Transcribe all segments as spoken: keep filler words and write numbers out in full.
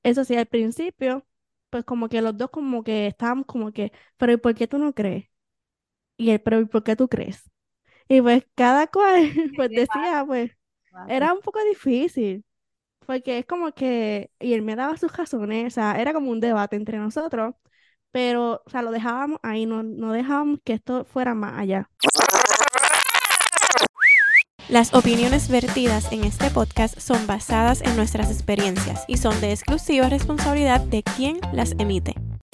Eso sí, al principio, pues como que los dos como que estábamos como que, pero ¿y por qué tú no crees? Y él, pero ¿y por qué tú crees? Y pues cada cual pues decía, pues Debate. era un poco difícil, porque es como que, y él me daba sus razones, o sea, era como un debate entre nosotros, pero, o sea, lo dejábamos ahí, no, no dejábamos que esto fuera más allá. Las opiniones vertidas en este podcast son basadas en nuestras experiencias y son de exclusiva responsabilidad de quien las emite.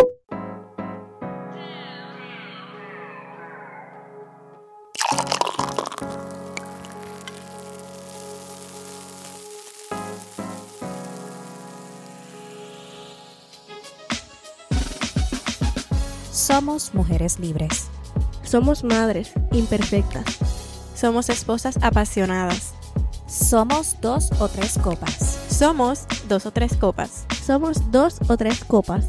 Somos mujeres libres. Somos madres imperfectas. Somos esposas apasionadas. Somos dos o tres copas. Somos dos o tres copas. Somos dos o tres copas.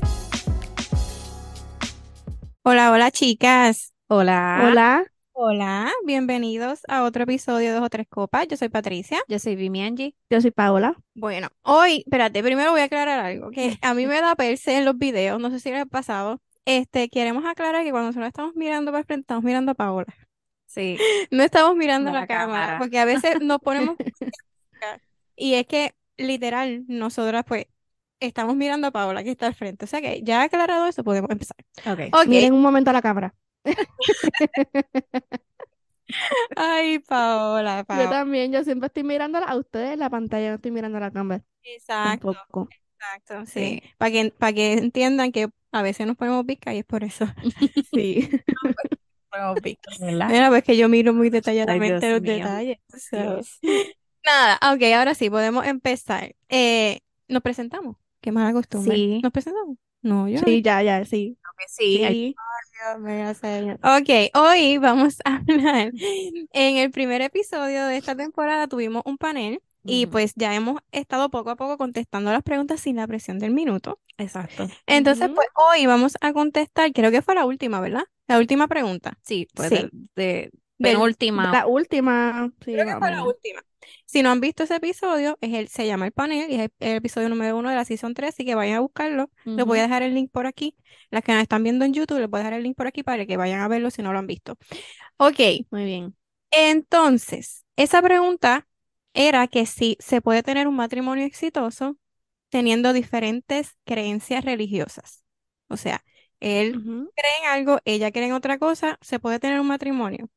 Hola, hola chicas. Hola, Hola, Hola, bienvenidos a otro episodio de Dos o Tres Copas. Yo soy Patricia. yo soy Vimi Angie. yo soy Paola. Bueno, hoy, espérate, primero voy a aclarar algo, que a mí me da perse en los videos, no sé si les ha pasado. Este, queremos aclarar que cuando nosotros estamos mirando para el frente, estamos mirando a Paola. Sí, No estamos mirando no la la cámara, cámara. porque a veces nos ponemos música y es que literal nosotras pues estamos mirando a Paola que está al frente. O sea que ya aclarado eso podemos empezar. Ok. Ok. Miren un momento a la cámara. Ay, Paola, Yo Paola. también, yo siempre estoy mirándola a ustedes en la pantalla, no estoy mirando a la cámara. Exacto, Tampoco. exacto, sí. Sí, Para que, para que entiendan que a veces nos ponemos visca y es por eso. Sí. hemos visto, ¿verdad? Mira, pues que yo miro muy Ay, detalladamente Dios los mío. detalles. So, Dios. nada, ok, ahora sí, podemos empezar. Eh, nos presentamos. Qué mala costumbre. Sí, ¿Nos presentamos? No, yo no Sí, ya, ya, sí. creo que sí. Ay, Sí. Dios mío, señor. Ok, hoy vamos a hablar. En el primer episodio de esta temporada tuvimos un panel y ujú, pues ya hemos estado poco a poco contestando las preguntas sin la presión del minuto. exacto. Entonces, Ujú. pues hoy vamos a contestar, creo que fue la última, ¿verdad? La última pregunta. Sí, pues de, Sí, de del, De penúltima. la última, sí, creo que más o fue la menos. última. Si no han visto ese episodio, es el, se llama El Panel y es el, el episodio número uno de la Season tres, así que vayan a buscarlo. Les voy a Ujú, dejar el link por aquí. Las que nos están viendo en YouTube, les voy a dejar el link por aquí para que vayan a verlo si no lo han visto. Ok, muy bien. entonces, esa pregunta era que si se puede tener un matrimonio exitoso teniendo diferentes creencias religiosas. O sea, él Ujú. cree en algo, ella cree en otra cosa, ¿se puede tener un matrimonio?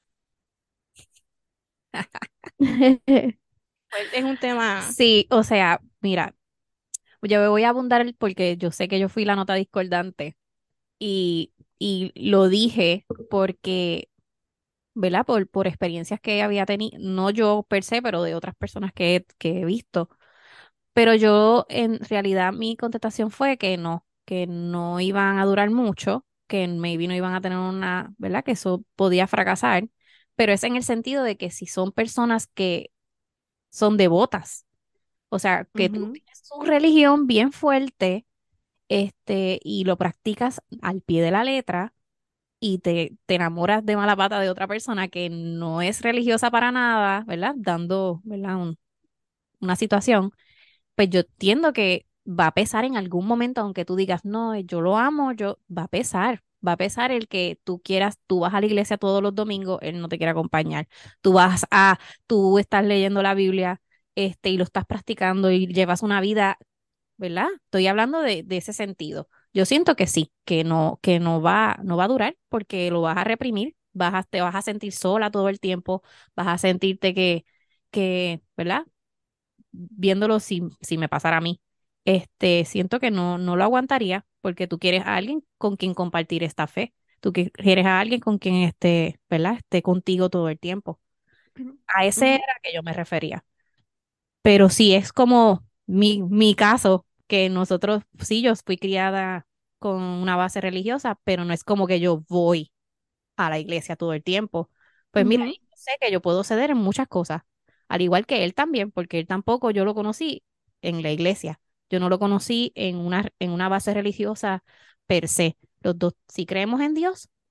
Pues es un tema. Sí, o sea, mira, yo me voy a abundar el- porque yo sé que yo fui la nota discordante y, y lo dije porque, ¿verdad? Por, por experiencias que había tenido, no yo per se, pero de otras personas que, he- que he visto. Pero yo, en realidad, mi contestación fue que no, que no iban a durar mucho, que maybe no iban a tener una, ¿verdad? Que eso podía fracasar, pero es en el sentido de que si son personas que son devotas, o sea, que tú Ujú. tienes tu religión bien fuerte, este, y lo practicas al pie de la letra y te, te enamoras de mala pata de otra persona que no es religiosa para nada, ¿verdad? Dando, ¿verdad? Un- una situación, pues yo entiendo que va a pesar en algún momento, aunque tú digas, no, yo lo amo, yo, va a pesar. Va a pesar el que tú quieras, tú vas a la iglesia todos los domingos, él no te quiere acompañar. Tú vas a, tú estás leyendo la Biblia, este, y lo estás practicando y llevas una vida, ¿verdad? Estoy hablando de, de ese sentido. Yo siento que sí, que no, que no va, no va a durar porque lo vas a reprimir, vas a, te vas a sentir sola todo el tiempo, vas a sentirte que, que, ¿verdad? Viéndolo si, si me pasara a mí, este, siento que no, no lo aguantaría porque tú quieres a alguien con quien compartir esta fe. Tú qui- quieres a alguien con quien esté, ¿verdad? Esté contigo todo el tiempo. A ese Ujú. era que yo me refería. Pero sí es como mi, mi caso, que nosotros, sí, yo fui criada con una base religiosa, pero no es como que yo voy a la iglesia todo el tiempo. Pues mira, Ujú. yo sé que yo puedo ceder en muchas cosas, al igual que él también, porque él tampoco yo lo conocí en la iglesia. Yo no lo conocí en una, en una base religiosa per se. Los dos, si creemos en Dios,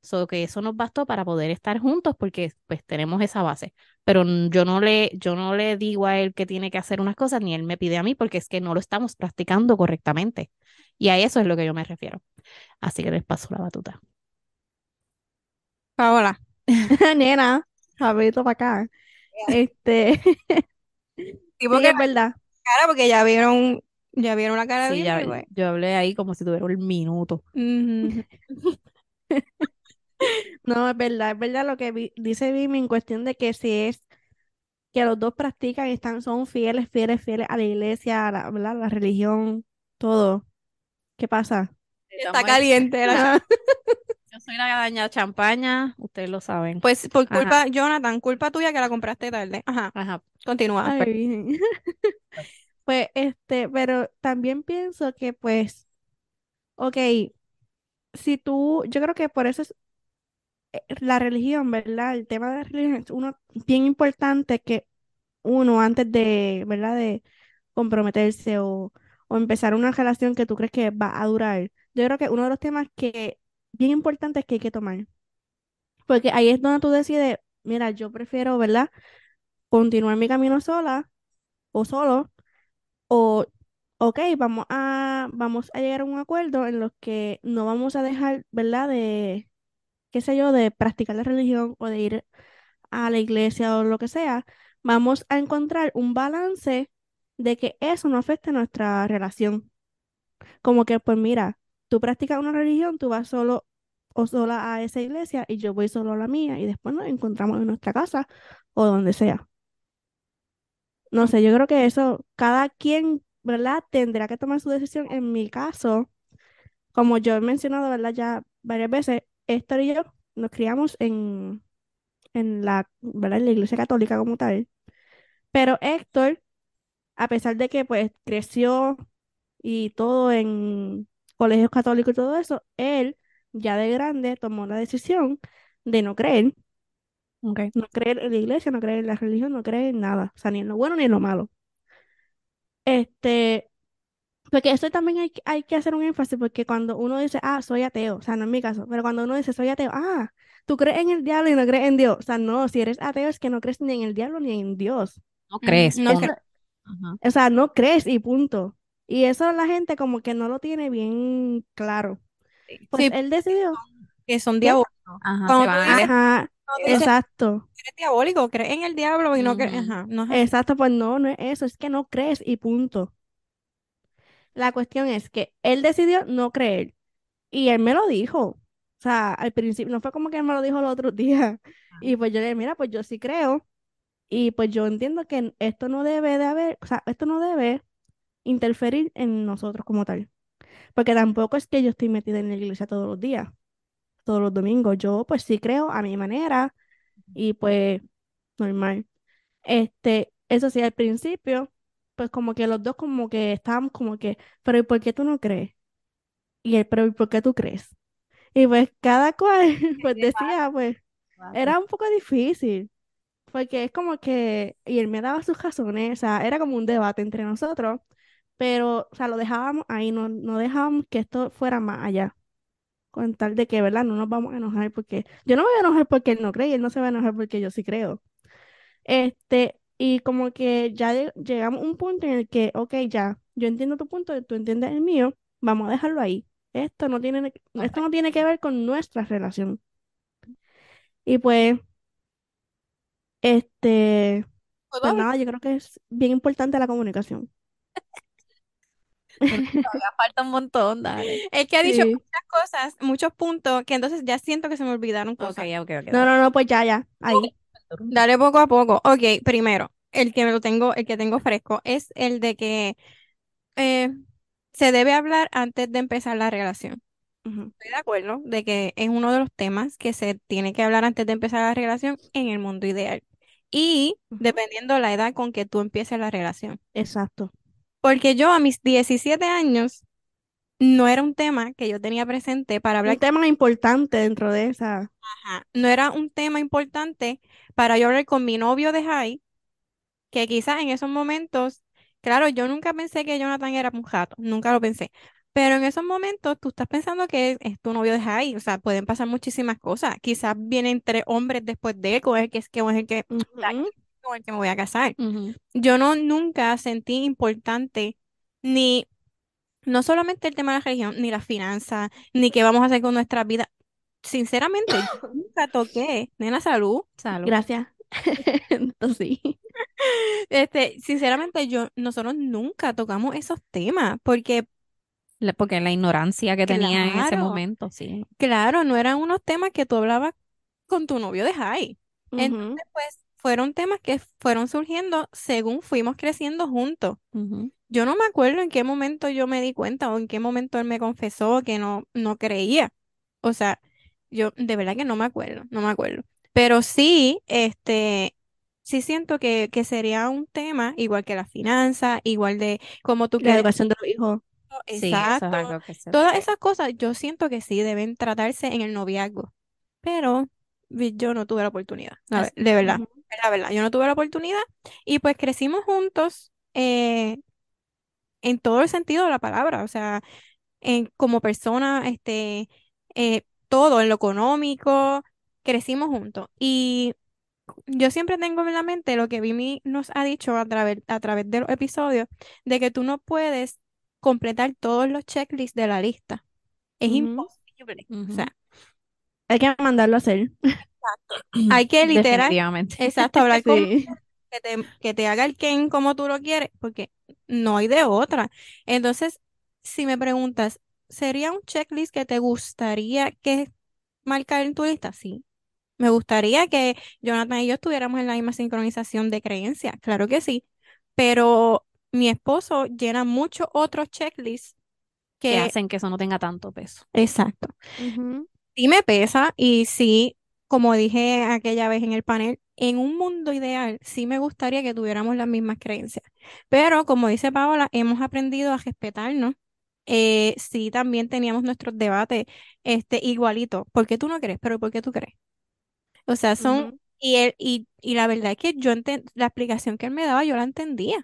So que eso nos bastó para poder estar juntos porque pues tenemos esa base. Pero n- yo no le, yo no le digo a él que tiene que hacer unas cosas, ni él me pide a mí porque es que no lo estamos practicando correctamente. Y a eso es lo que yo me refiero. Así que les paso la batuta. Paola. Nena, rapidito para acá. Este, Tipo sí, que es la verdad. cara, porque ya vieron, ya vieron la cara de Sí, ya, Vilma y pues. yo hablé ahí como si tuviera un minuto. Ujú. No, es verdad, es verdad lo que vi- dice Vimi en cuestión de que si es que los dos practican y están, son fieles, fieles, fieles a la iglesia, a la, ¿verdad? A la religión, todo. ¿Qué pasa? Está Estamos en- caliente la cha- Ah, Yo soy la daña champaña, ustedes lo saben. Pues por Ajá, culpa, Jonathan, culpa tuya que la compraste tarde. Ajá, ajá. continúa. Ay, per- virgen. Pues, este, pero también pienso que, pues, ok, si tú, yo creo que por eso es eh, la religión, ¿verdad? El tema de la religión es uno bien importante que uno antes de, ¿verdad? De comprometerse o, o empezar una relación que tú crees que va a durar. Yo creo que uno de los temas que bien importantes que hay que tomar, porque ahí es donde tú decides, mira, yo prefiero, ¿verdad? Continuar mi camino sola o solo o, ok, vamos a, vamos a llegar a un acuerdo en los que no vamos a dejar, ¿verdad? De, qué sé yo, de practicar la religión o de ir a la iglesia o lo que sea, vamos a encontrar un balance de que eso no afecte nuestra relación. Como que, pues mira, tú practicas una religión, tú vas solo o sola a esa iglesia y yo voy solo a la mía y después nos encontramos en nuestra casa o donde sea. No sé, yo creo que eso, cada quien, ¿verdad? Tendrá que tomar su decisión. En mi caso, como yo he mencionado, ¿verdad? Ya varias veces, Héctor y yo nos criamos en, en la, ¿verdad? En la iglesia católica como tal. Pero Héctor, a pesar de que pues creció y todo en colegios católicos y todo eso, él ya de grande tomó la decisión de no creer, Okay. no creer en la iglesia, no creer en la religión, no creer en nada, o sea, ni en lo bueno ni en lo malo. Este, porque eso también hay, que- hay que hacer un énfasis, porque cuando uno dice, ah, soy ateo, o sea, no es mi caso, pero cuando uno dice, soy ateo, ah, tú crees en el diablo y no crees en Dios, o sea, no, si eres ateo es que no crees ni en el diablo ni en Dios. No Ujú, crees, no Eso, creo. punto. Ajá. o sea, no crees y punto. Y eso la gente como que no lo tiene bien claro. Pues Sí, él decidió, que son ¿qué? diabólicos. Ajá, se Cuando tú van a ir. dices, Ajá, cuando tú dices, exacto, eres diabólico, crees en el diablo y no crees, Ujú. ajá, no es así. exacto, pues no, no es eso, es que no crees y punto. La cuestión es que él decidió no creer y él me lo dijo. O sea, al principio, no fue como que él me lo dijo el otro día. Y pues yo le dije, mira, pues yo sí creo y pues yo entiendo que esto no debe de haber, o sea, esto no debe interferir en nosotros como tal. Porque tampoco es que yo estoy metida en la iglesia todos los días, todos los domingos. Yo pues sí creo a mi manera y pues normal. Este, eso sí, al principio, pues como que los dos como que estábamos como que, pero ¿y por qué tú no crees? Y él, pero ¿y por qué tú crees? Y pues cada cual pues decía, pues era un poco difícil, porque es como que, y él me daba sus razones, o sea, era como un debate entre nosotros, pero, o sea, lo dejábamos ahí, no, no dejábamos que esto fuera más allá, con tal de que, ¿verdad? No nos vamos a enojar porque, yo no me voy a enojar porque él no cree y él no se va a enojar porque yo sí creo. Este, y como que ya lle- llegamos a un punto en el que, ok, ya, yo entiendo tu punto, tú entiendes el mío, vamos a dejarlo ahí. Esto no tiene, esto no Correcto. tiene que ver con nuestra relación. Y pues, este, pues Todavía. nada, yo creo que es bien importante la comunicación. Pero todavía falta un montón, dale. Es que ha dicho Sí. muchas cosas, muchos puntos, que entonces ya siento que se me olvidaron Ok, cosas. ok, ok, No, dale. no, no, pues ya, ya, ahí. Dale poco a poco. Ok, primero, el que me lo tengo, el que tengo fresco es el de que eh, se debe hablar antes de empezar la relación. Ujú, Estoy de acuerdo de que es uno de los temas que se tiene que hablar antes de empezar la relación en el mundo ideal. Y ujú. dependiendo la edad con que tú empieces la relación. Exacto. Porque yo a mis diecisiete años no era un tema que yo tenía presente para Un hablar. tema importante dentro de esa. Ajá, no era un tema importante para yo hablar con mi novio de high, que quizás en esos momentos, claro, yo nunca pensé que Jonathan era un jato, nunca lo pensé, Pero en esos momentos tú estás pensando que es tu novio de high, o sea, pueden pasar muchísimas cosas. Quizás vienen tres hombres después de él, con el que es que con el que está aquí, Ujú, con el que me voy a casar. Ujú. Yo no nunca sentí importante ni no solamente el tema de la religión, ni la finanza, ni qué vamos a hacer con nuestra vida. Sinceramente, yo nunca toqué, nena salud. Salud. Gracias. Entonces, sí. Este, sinceramente, yo, nosotros nunca tocamos esos temas, porque La- Porque la ignorancia que tenía en ese claro, momento, sí. claro, no eran unos temas que tú hablabas con tu novio de high. Ujú, Entonces, pues, fueron temas que fueron surgiendo según fuimos creciendo juntos. Ujú. Yo no me acuerdo en qué momento yo me di cuenta o en qué momento él me confesó que no, no creía. O sea, yo de verdad que no me acuerdo, no me acuerdo. Pero sí, este, sí siento que, que sería un tema igual que la finanza, igual de cómo tú la quieres, educación de los hijos. Sí, eso es exacto. algo que se Todas debe. esas cosas yo siento que sí deben tratarse en el noviazgo. Pero vi- yo no tuve la oportunidad, la ver- Es- de verdad, Ujú, es la verdad, yo no tuve la oportunidad y pues crecimos juntos. eh, en todo el sentido de la palabra, o sea, en, como persona, este, eh, todo, en lo económico, crecimos juntos. Y yo siempre tengo en la mente lo que Vimi nos ha dicho a través, a través de los episodios, de que tú no puedes completar todos los checklists de la lista. Es ujú. imposible. O Ujú. sea, Hay que mandarlo a hacer. hay que literal, Definitivamente. exacto, hablar con Sí. que te, que te haga el Ken como tú lo quieres, porque no hay de otra. Entonces, si me preguntas, ¿sería un checklist que te gustaría que marcar en tu lista? Sí. Me gustaría que Jonathan y yo estuviéramos en la misma sincronización de creencias, claro que sí, pero mi esposo llena muchos otros checklists Que que, hacen que eso no tenga tanto peso. exacto. Ujú, Sí me pesa y sí, como dije aquella vez en el panel, en un mundo ideal sí me gustaría que tuviéramos las mismas creencias. Pero como dice Paola, hemos aprendido a respetarnos. Eh, sí, también teníamos nuestros debates este, igualitos. ¿Por qué tú no crees? Pero ¿por qué tú crees? O sea, son... ujú, Y, él, y, y la verdad es que yo enten- la explicación que él me daba, yo la entendía.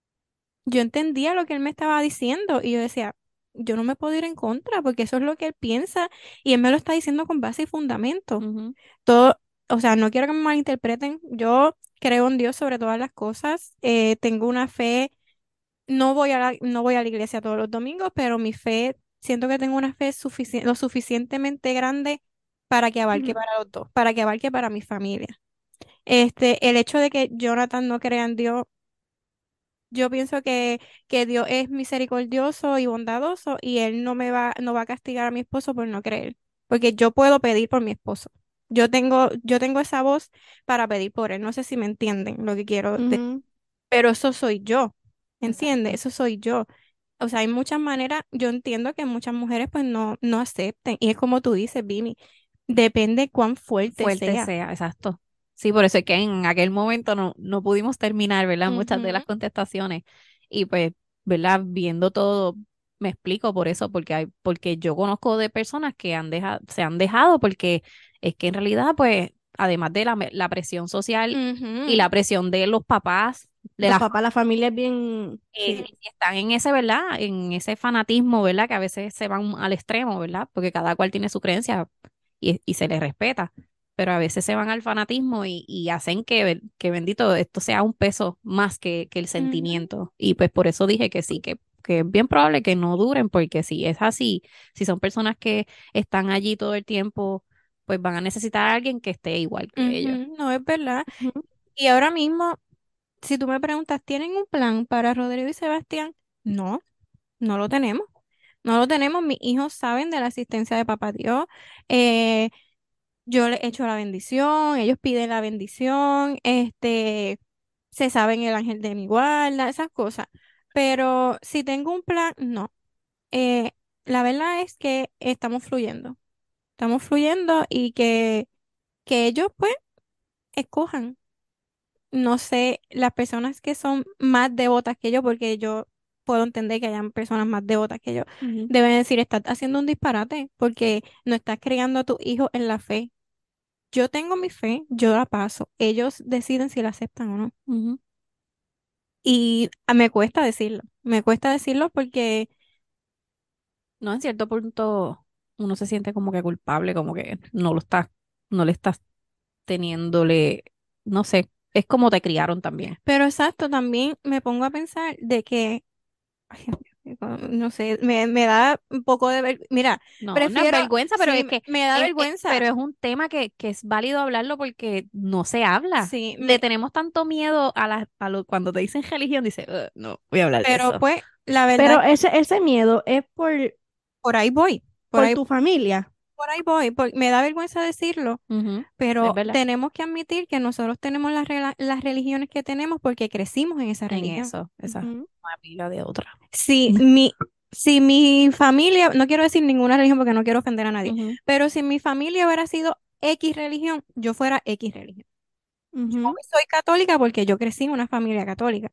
Yo entendía lo que él me estaba diciendo y yo decía, yo no me puedo ir en contra porque eso es lo que él piensa y él me lo está diciendo con base y fundamento. Ujú. Todo, o sea, no quiero que me malinterpreten, yo creo en Dios sobre todas las cosas, eh, tengo una fe, no voy a la, no voy a la iglesia todos los domingos, pero mi fe, siento que tengo una fe sufici- lo suficientemente grande para que abarque ujú, para los dos, para que abarque para mi familia. Este, el hecho de que Jonathan no crea en Dios, yo pienso que, que Dios es misericordioso y bondadoso y Él no me va, no va a castigar a mi esposo por no creer, porque yo puedo pedir por mi esposo. Yo tengo, yo tengo esa voz para pedir por él. No sé si me entienden lo que quiero decir, ujú, pero eso soy yo, ¿entiendes? Exacto. Eso soy yo. O sea, hay muchas maneras, yo entiendo que muchas mujeres pues no, no acepten y es como tú dices, Vini, depende cuán fuerte Fuerte sea. sea, exacto. Sí, por eso es que en aquel momento no, no pudimos terminar, ¿verdad? Muchas de las Ujú, contestaciones. Y pues, ¿verdad? Viendo todo, me explico por eso, porque hay, porque yo conozco de personas que han dejado, se han dejado, porque es que en realidad, pues, además de la, la presión social y ujú, la presión de los papás, de Los la papás, la familia es bien. eh, Sí. y están en ese, ¿verdad? En ese fanatismo, ¿verdad? Que a veces se van al extremo, ¿verdad? Porque cada cual tiene su creencia y, y se les respeta, pero a veces se van al fanatismo y, y hacen que, que bendito, esto sea un peso más que, que el ujú, sentimiento. Y pues por eso dije que sí, que, que es bien probable que no duren, porque si es así, si son personas que están allí todo el tiempo, pues van a necesitar a alguien que esté igual que ellos. ujú, no es verdad. Ujú, Y ahora mismo, si tú me preguntas, ¿tienen un plan para Rodrigo y Sebastián? No, no lo tenemos. No lo tenemos. Mis hijos saben de la asistencia de Papá Dios. Eh, yo les echo la bendición, ellos piden la bendición, este, se saben el ángel de mi guarda, esas cosas. Pero si tengo un plan, no. Eh, la verdad es que estamos fluyendo. Estamos fluyendo y que, que ellos pues escojan. No sé, las personas que son más devotas que yo, porque yo puedo entender que hayan personas más devotas que yo, ujú, deben decir, estás haciendo un disparate porque no estás criando a tus hijos en la fe. Yo tengo mi fe, yo la paso, ellos deciden si la aceptan o no. Ujú. Y ah, me cuesta decirlo, me cuesta decirlo porque No, en cierto punto uno se siente como que culpable, como que no lo está, no le estás teniéndole, no sé, es como te criaron también. Pero exacto, también me pongo a pensar de que, ay, Dios mío, no sé, me, me da un poco de ver, mira, No, no es prefiero, vergüenza, pero es sí, que me da es, es- pero vergüenza, es un tema que, que es válido hablarlo porque no se habla. sí, Le me, tenemos tanto miedo a la, a lo, cuando te dicen religión, dice, "Ugh, no, voy a hablar de pero eso". pues la verdad Pero que ese, ese miedo es por, por ahí voy, por por ahí, tu familia. por ahí voy, por- me da vergüenza decirlo, Ujú, es pero verdad, tenemos que admitir que nosotros tenemos las, rela- las religiones que tenemos porque crecimos en esa en religión. eso, esa es Ujú, una amiga de otra. Si mi, si mi familia, no quiero decir ninguna religión porque no quiero ofender a nadie, Ujú, pero si mi familia hubiera sido X religión, yo fuera X religión. Yo ujú, hoy soy católica porque yo crecí en una familia católica.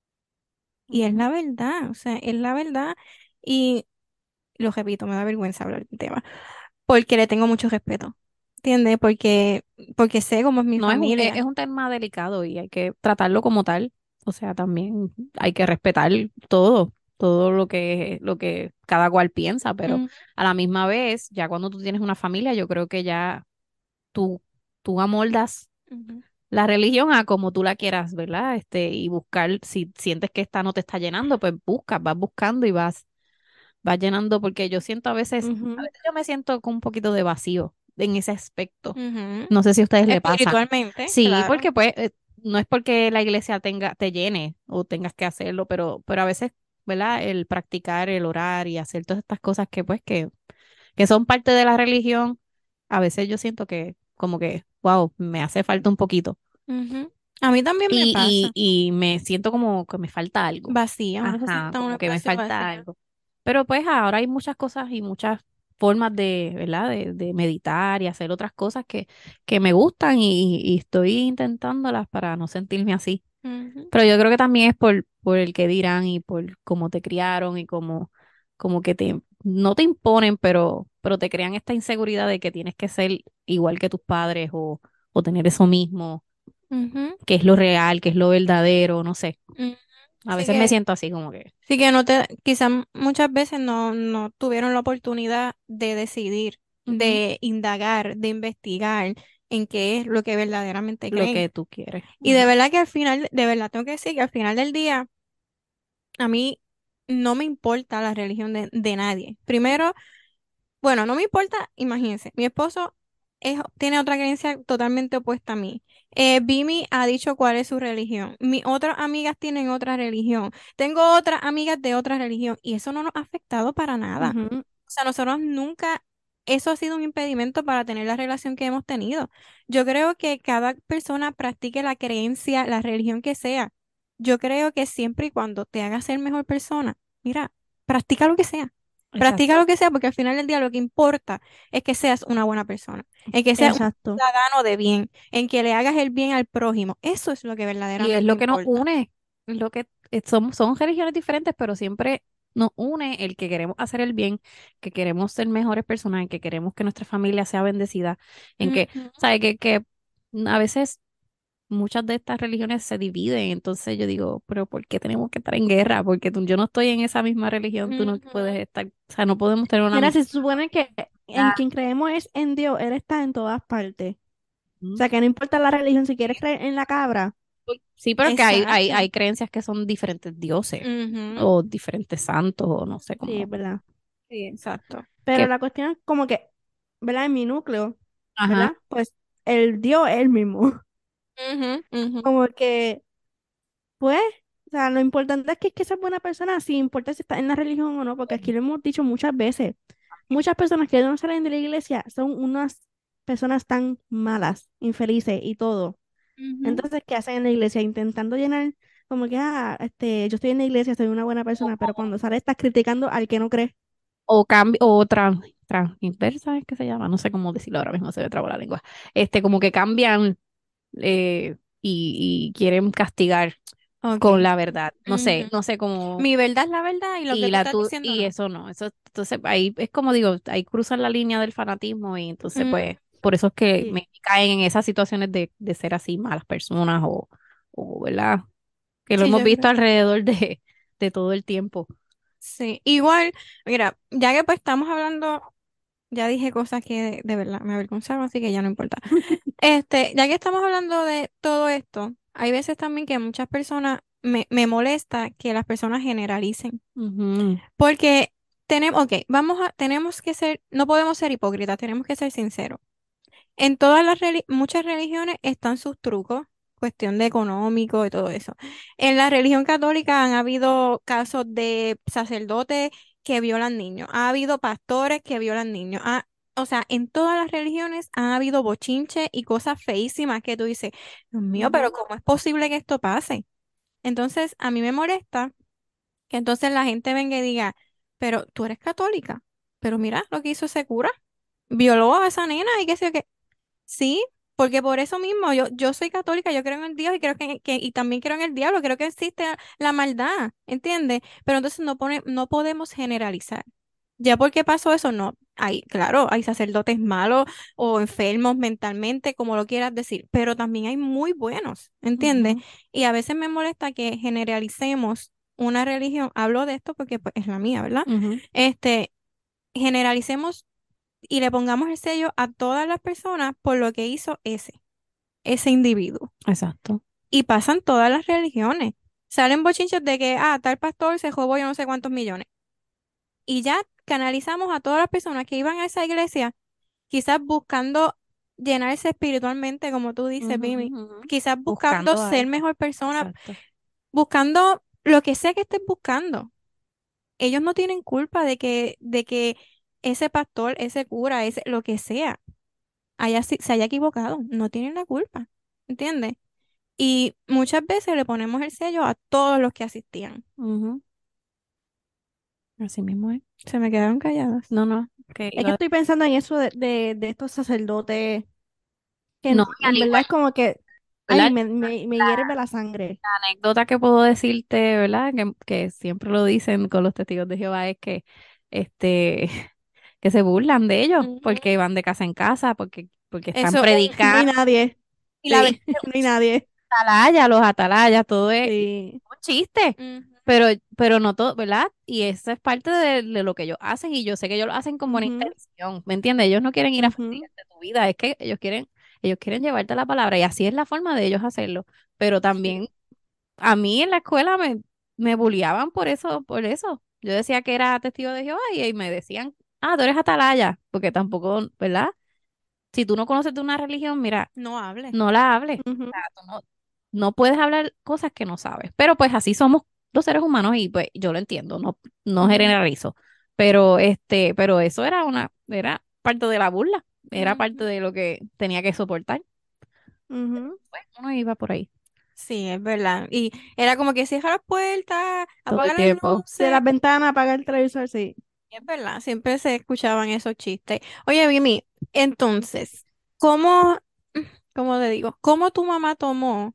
Y es ujú, la verdad, o sea, es la verdad. Y lo repito, me da vergüenza hablar del tema, porque le tengo mucho respeto, ¿entiendes? Porque, porque sé cómo es mi no es un, es, es familia. un tema delicado y hay que tratarlo como tal. O sea, también hay que respetar todo, todo lo que, lo que cada cual piensa, pero Mm, a la misma vez, ya cuando tú tienes una familia, yo creo que ya tú, tú amoldas ujú, la religión a como tú la quieras, ¿verdad? Este, y buscar, si sientes que esta no te está llenando, pues buscas, vas buscando y vas, vas llenando, porque yo siento a veces, a ujú, veces yo me siento con un poquito de vacío en ese aspecto. ujú. No sé si a ustedes le pasa. Espiritualmente, Sí, claro. porque pues eh, no es porque la iglesia tenga, te llene o tengas que hacerlo, pero, pero a veces, ¿verdad? El practicar, el orar y hacer todas estas cosas que pues que, que son parte de la religión, a veces yo siento que como que, wow, me hace falta un poquito. Ujú. A mí también me Y, pasa. y, y me siento como que me falta algo. Vacía, uno se Ajá, siente en un como que me espacio falta vacío. algo. Pero pues ahora hay muchas cosas y muchas formas de, ¿verdad? De, de meditar y hacer otras cosas que, que me gustan y, y estoy intentándolas para no sentirme así. Ujú, Pero yo creo que también es por, por el que dirán y por cómo te criaron y como, como que te, no te imponen, pero, pero te crean esta inseguridad de que tienes que ser igual que tus padres o, o tener eso mismo, ujú, que es lo real, que es lo verdadero, no sé. ujú. A Sí veces me que, siento así como que, sí que no te, quizás muchas veces no, no tuvieron la oportunidad de decidir, ujú, de indagar, de investigar en qué es lo que verdaderamente lo creen. que tú quieres. Y de Ajá. verdad que al final, de verdad tengo que decir que al final del día, a mí no me importa la religión de, de nadie. Primero, bueno, no me importa, imagínense, mi esposo es, tiene otra creencia totalmente opuesta a mí. Eh, Vimi ha dicho cuál es su religión. Mis otras amigas tienen otra religión. Tengo otras amigas de otra religión y eso no nos ha afectado para nada. ujú, O sea, nosotros nunca, eso ha sido un impedimento para tener la relación que hemos tenido. Yo creo que cada persona practique la creencia, la religión que sea. Yo creo que siempre y cuando te haga ser mejor persona, mira, practica lo que sea. Practica Exacto. lo que sea, porque al final del día lo que importa es que seas una buena persona, en que seas un exacto. ciudadano de bien, en que le hagas el bien al prójimo. Eso es lo que Y es verdaderamente lo que nos importa. une, es lo que eh, somos, son religiones diferentes, pero siempre nos une el que queremos hacer el bien, que queremos ser mejores personas, en que queremos que nuestra familia sea bendecida, en que, Ujú, ¿sabe? Que, que a veces muchas de estas religiones se dividen, entonces yo digo, pero ¿por qué tenemos que estar en guerra? Porque tú- yo no estoy en esa misma religión, tú no puedes ujú, estar, o sea, no podemos tener una Mira, amistad. si se supone que en quien creemos es en Dios, Él está en todas partes. O ¿Mm? sea, que no importa la religión, si quieres creer en la cabra, Sí, pero que hay, hay, exacto. hay creencias que son diferentes dioses Ujú, o diferentes santos o no sé sí, cómo. es verdad. sí, exacto. Pero Que, la cuestión es como que, ¿verdad? En mi núcleo, ajá, ¿verdad? Pues el Dios es el mismo. Ujú, ujú, Como que, pues, o sea, lo importante es que, que seas buena persona, sin importa si estás en la religión o no, porque aquí lo hemos dicho muchas veces. Muchas personas que no salen de la iglesia son unas personas tan malas, infelices y todo. ujú. Entonces, ¿qué hacen en la iglesia? Intentando llenar, como que, ah, este, yo estoy en la iglesia, soy una buena persona, pero cuando sale estás criticando al que no cree. o cambio, o trans, inversa es que se llama, no sé cómo decirlo ahora mismo, se me trabó la lengua. Este, como que cambian eh, y, y quieren castigar con Ok. la verdad. No sé, Ujú. no sé cómo. Mi verdad es la verdad y lo Y que tú la estás tu, diciendo y no. eso no, eso, entonces ahí es como digo, ahí cruzan la línea del fanatismo y entonces Mm, pues, por eso es que Sí, me caen en esas situaciones de, de ser así malas personas o, o, ¿verdad? Que lo sí, hemos yo visto creo. alrededor de, de todo el tiempo. Sí, igual, mira, ya que pues estamos hablando, ya dije cosas que de, de verdad me avergonzaron, así que ya no importa. Este, ya que estamos hablando de todo esto, hay veces también que muchas personas me, me molesta que las personas generalicen. Ujú, Porque tenemos, ok, vamos a, tenemos que ser, no podemos ser hipócritas, tenemos que ser sinceros. En todas las reli- muchas religiones están sus trucos, cuestión de económico y todo eso. En la religión católica han habido casos de sacerdotes que violan niños, ha habido pastores que violan niños. ha- o sea, en todas las religiones han habido bochinches y cosas feísimas que tú dices, Dios mío, pero Ujú, ¿cómo es posible que esto pase? Entonces, a mí me molesta que entonces la gente venga y diga, pero tú eres católica, pero mira lo que hizo ese cura, violó a esa nena y qué sé yo qué. Sí, porque por eso mismo yo, yo soy católica, yo creo en el Dios y creo que, que- y también creo en el diablo, creo que existe la maldad, ¿entiendes? Pero entonces no pone, no podemos generalizar. Ya porque pasó eso, no. Hay, claro, hay sacerdotes malos o enfermos mentalmente, como lo quieras decir, pero también hay muy buenos, ¿entiendes? ujú, Y a veces me molesta que generalicemos una religión. Hablo de esto porque pues, es la mía, ¿verdad? ujú. Este, generalicemos y le pongamos el sello a todas las personas por lo que hizo ese, ese individuo. Exacto. Y pasan todas las religiones. Salen bochinches de que, ah, tal pastor se robó yo no sé cuántos millones. Y ya canalizamos a todas las personas que iban a esa iglesia, quizás buscando llenarse espiritualmente, como tú dices, Ujú, Mimi. ujú. Quizás buscando Buscando ser algo. mejor persona, Exacto. buscando lo que sea que estés buscando. Ellos no tienen culpa de que, de que ese pastor, ese cura, ese, lo que sea, haya, si- se haya equivocado. No tienen la culpa. ¿Entiendes? Y muchas veces le ponemos el sello a todos los que asistían. Ujú. Así mismo es. Se me quedaron calladas. No, no, que Es que iba a- estoy pensando en eso de, de, de estos sacerdotes, que No, en, y al en verdad igual, es como que, ay, ¿verdad? me, me, me hierve la sangre. La anécdota que puedo decirte, ¿verdad? Que, que siempre lo dicen con los testigos de Jehová es que, este, que se burlan de ellos Ujú. porque van de casa en casa, porque, porque están Eso, No predicando. hay nadie, y la verdad, Sí, no hay nadie. atalaya, los atalayas, todo es Sí. un chiste. ujú, Pero, pero no todo, ¿verdad? Y eso es parte de, de lo que ellos hacen y yo sé que ellos lo hacen con buena Ujú, intención, ¿me entiendes? Ellos no quieren ir a ujú, fastidiarte tu vida, es que ellos quieren, ellos quieren llevarte la palabra y así es la forma de ellos hacerlo. Pero sí. también a mí en la escuela me, me bulliaban por eso, por eso. Yo decía que era testigo de Jehová y, y me decían, ah, tú eres atalaya, porque tampoco, ¿verdad? Si tú no conoces de una religión, mira, no hable. no la hables. Ujú, O sea, tú no, no puedes hablar cosas que no sabes. Pero pues así somos los seres humanos y pues yo lo entiendo, no, no Ujú, generalizo. Pero este, pero eso era una, era parte de la burla, era parte ujú. de lo que tenía que soportar. ujú. Pues uno iba por ahí Sí, es verdad. Y era como que cierra las puertas, todo el apaga las tiempo. De luces. las ventanas, apaga el televisor, sí. Es verdad, siempre se escuchaban esos chistes. Oye, Vimi, entonces, ¿cómo, cómo te digo? ¿Cómo tu mamá tomó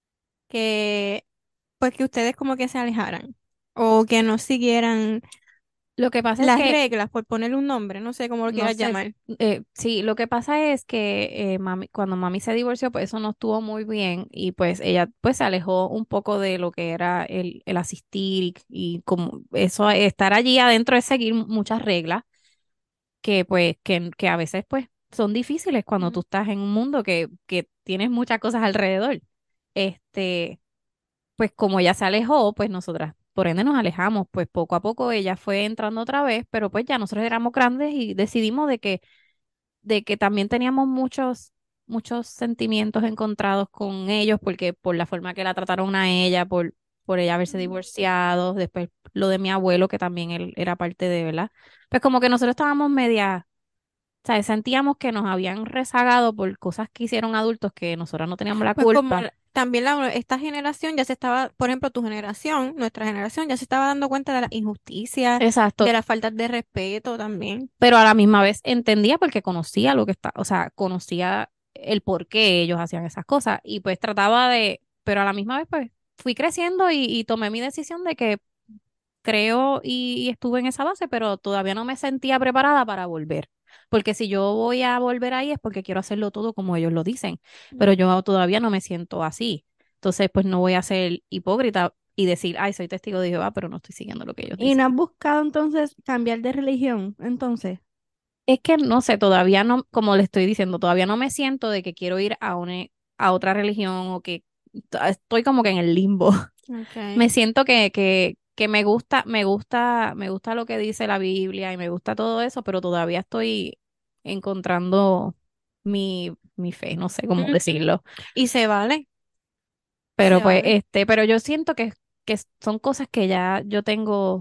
que, pues que ustedes como que se alejaran o que no siguieran Lo que pasa es las que reglas, por ponerle un nombre, no sé cómo lo no quieras sé, llamar? eh, sí, lo que pasa es que eh, mami, cuando mami se divorció, pues eso no estuvo muy bien y pues ella pues se alejó un poco de lo que era el, el asistir y, y como eso, estar allí adentro es seguir muchas reglas que pues que, que a veces pues son difíciles cuando tú Mm. estás en un mundo que, que tienes muchas cosas alrededor. Este, pues como ella se alejó, pues nosotras, por ende nos alejamos, pues poco a poco ella fue entrando otra vez, pero pues ya nosotros éramos grandes y decidimos de que de que también teníamos muchos, muchos sentimientos encontrados con ellos, porque por la forma que la trataron a ella, por, por ella haberse Mm. divorciado, después lo de mi abuelo, que también él era parte de, ¿verdad? Pues como que nosotros estábamos media, ¿sabes? Sentíamos que nos habían rezagado por cosas que hicieron adultos que nosotros no teníamos la Pues como culpa. la- también la, esta generación ya se estaba, por ejemplo, tu generación, nuestra generación, ya se estaba dando cuenta de las injusticias, Exacto, de las faltas de respeto también. pero a la misma vez entendía porque conocía lo que está, o sea, conocía el por qué ellos hacían esas cosas y pues trataba de, pero a la misma vez pues fui creciendo y, y tomé mi decisión de que creo y, y estuve en esa base, pero todavía no me sentía preparada para volver. Porque si yo voy a volver ahí es porque quiero hacerlo todo como ellos lo dicen, pero Mm. yo todavía no me siento así. Entonces, pues no voy a ser hipócrita. y decir, ay, soy testigo de Jehová, pero no estoy siguiendo lo que ellos ¿Y dicen. no has buscado entonces cambiar de religión? Entonces, Es que no sé, todavía no, como le estoy diciendo, todavía no me siento de que quiero ir a una, a otra religión o que t- estoy como que en el limbo. Me Okay. siento que, que, que me gusta, me gusta, me gusta lo que dice la Biblia y me gusta todo eso, pero todavía estoy encontrando mi, mi fe, no sé cómo Ujú. decirlo. Y se vale, Pero se pues, vale. este, pero yo siento que, que son cosas que ya yo tengo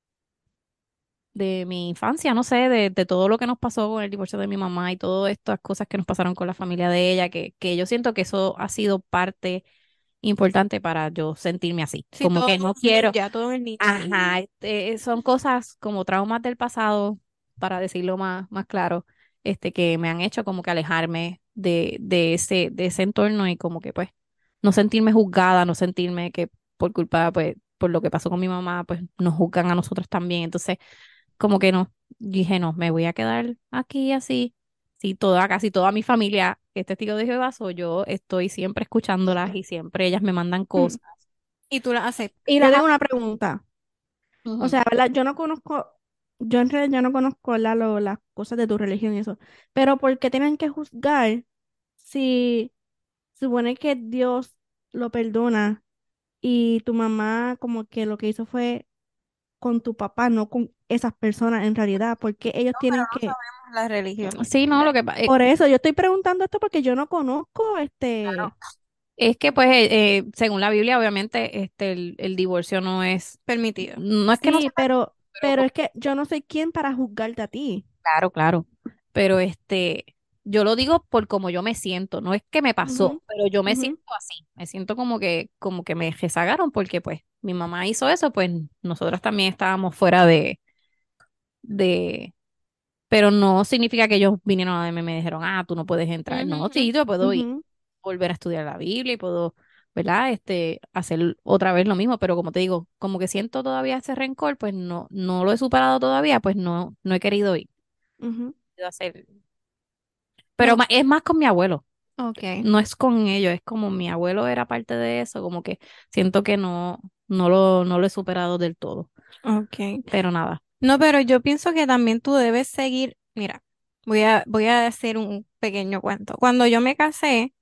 de mi infancia, no sé, de, de todo lo que nos pasó con el divorcio de mi mamá y todas estas cosas que nos pasaron con la familia de ella, que, que yo siento que eso ha sido parte importante para yo sentirme así. Sí, Como todo que en no el quiero, ninja, todo en el ninja. ajá, este, son cosas como traumas del pasado, para decirlo más, más claro, este, que me han hecho como que alejarme de, de ese, de ese entorno y como que pues no sentirme juzgada, no sentirme que por culpa, pues, por lo que pasó con mi mamá, pues nos juzgan a nosotros también. Entonces, como que no, dije, no, me voy a quedar aquí así. Sí, toda, casi toda mi familia es testigo de Jehová, so yo estoy siempre escuchándolas y siempre ellas me mandan mm, cosas. Y tú la aceptas. Y yo las tengo una pregunta. O Ujú. sea, ¿verdad? Yo no conozco, yo en realidad yo no conozco la, lo- las cosas de tu religión y eso. Pero ¿por qué tienen que juzgar si supone que Dios lo perdona y tu mamá como que lo que hizo fue con tu papá, no con esas personas en realidad? Porque ellos No, pero tienen no que... sabemos la religión. Sí, no, lo que pasa Por eso yo estoy preguntando esto porque yo no conozco este... es que pues eh, eh, según la Biblia, obviamente, este el, el divorcio no es, Permitido. no es que no se Sí, permita, pero, pero pero como- es que yo no soy quien para juzgarte a ti. claro, claro. Pero este, yo lo digo por cómo yo me siento, no es que me Ujú, pasó, pero yo me ujú, siento así, me siento como que, como que me rezagaron porque pues mi mamá hizo eso, pues nosotros también estábamos fuera de, de, pero no significa que ellos vinieron a verme y me dijeron, ah, tú no puedes entrar. No, Ujú. sí, yo puedo ir, ujú, volver a estudiar la Biblia y puedo, ¿verdad? Este, hacer otra vez lo mismo, pero como te digo, como que siento todavía ese rencor, pues no, no lo he superado todavía, pues no, no he querido ir. ujú. He hacer, pero No, ma- es más con mi abuelo. ok, No es con ellos, es como mi abuelo era parte de eso, como que siento que no, no lo, no lo he superado del todo. ok. Pero nada. No, pero yo pienso que también tú debes seguir. Mira, voy a, voy a hacer un pequeño cuento. Cuando yo me casé,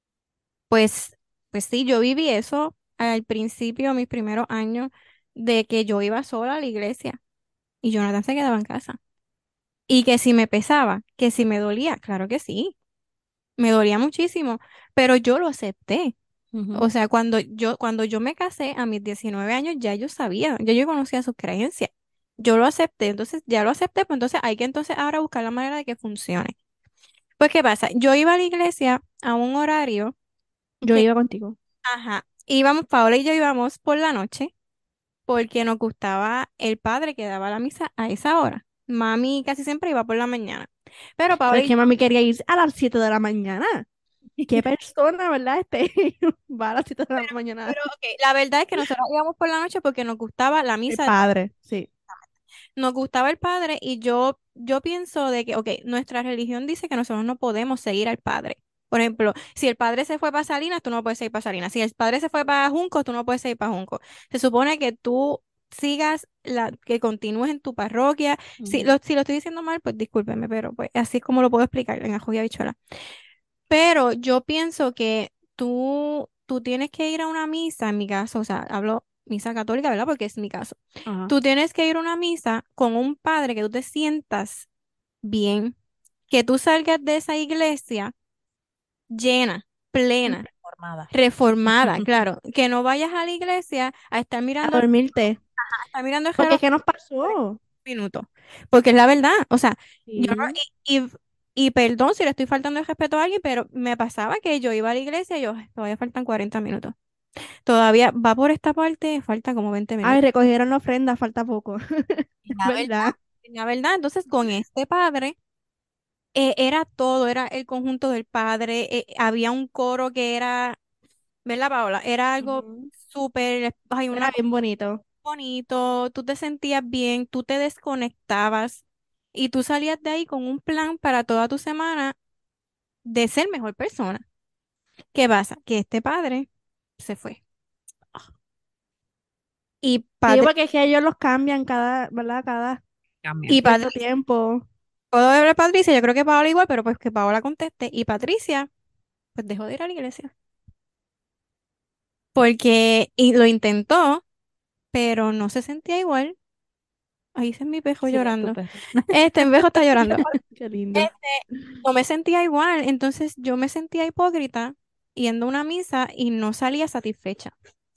pues, pues sí, yo viví eso al principio, mis primeros años, de que yo iba sola a la iglesia y Jonathan se quedaba en casa. Y que si me pesaba, que si me dolía, claro que sí, me dolía muchísimo, pero yo lo acepté. Ujú, O sea, cuando yo, cuando yo me casé a mis diecinueve años, ya yo sabía, ya yo conocía sus creencias. Yo lo acepté, entonces ya lo acepté, pues entonces hay que entonces ahora buscar la manera de que funcione. Pues, ¿qué pasa? Yo iba a la iglesia a un horario Yo que, iba contigo. ajá, íbamos, Paola y yo íbamos por la noche porque nos gustaba el padre que daba la misa a esa hora. Mami casi siempre iba por la mañana. Pero Pero Paola es y que mami quería ir a las siete de la mañana. ¿Qué persona, verdad? Este va a las siete de la mañana. Pero, ok, la verdad es que nosotros íbamos por la noche porque nos gustaba la El misa, del padre. padre, sí. Nos gustaba el padre y yo, yo pienso de que, ok, nuestra religión dice que nosotros no podemos seguir al padre. Por ejemplo, si el padre se fue para Salinas, tú no puedes ir para Salinas. Si el padre se fue para Junco, tú no puedes ir para Junco. Se supone que tú sigas la, que continúes en tu parroquia. Si ujú, lo, si lo estoy diciendo mal, pues discúlpeme, pero pues así es como lo puedo explicar en ajo y habichuela. Pero yo pienso que tú, tú tienes que ir a una misa, en mi caso, o sea, hablo misa católica, ¿verdad? Porque es mi caso. ajá, Tú tienes que ir a una misa con un padre que tú te sientas bien, que tú salgas de esa iglesia llena, plena, formada. reformada, claro, que no vayas a la iglesia a estar A mirando, a dormirte. estar mirando el Porque reloj ¿qué nos por pasó? minutos, porque es la verdad, o sea, yo no, Sí. y, y, y perdón si le estoy faltando el respeto a alguien, pero me pasaba que yo iba a la iglesia y yo, "Ay, todavía faltan cuarenta minutos, todavía va por esta parte, falta como veinte Ay, minutos. recogieron la ofrenda, falta poco. La verdad, ¿Verdad? la verdad, entonces con este padre eh, era todo, era el conjunto del padre, eh, había un coro que era, ¿verdad, Paola? Era algo Ujú. súper, hay una Era bien bonito. bonito, tú te sentías bien, tú te desconectabas y tú salías de ahí con un plan para toda tu semana de ser mejor persona. ¿Qué pasa? Que este padre se fue. Y Sí, Patri porque es que ellos los cambian cada, ¿verdad? Cada y Cambian. cierto Patricia, tiempo. puedo ver a Patricia, yo creo que Paola igual, pero pues que Paola conteste. Y Patricia, pues dejó de ir a la iglesia. Porque y lo intentó, pero no se sentía igual. Ahí es mi pejo Sí, es tu llorando. perro. Este, mi pejo está llorando. Qué lindo. Este, no me sentía igual, entonces yo me sentía hipócrita yendo a una misa y no salía satisfecha.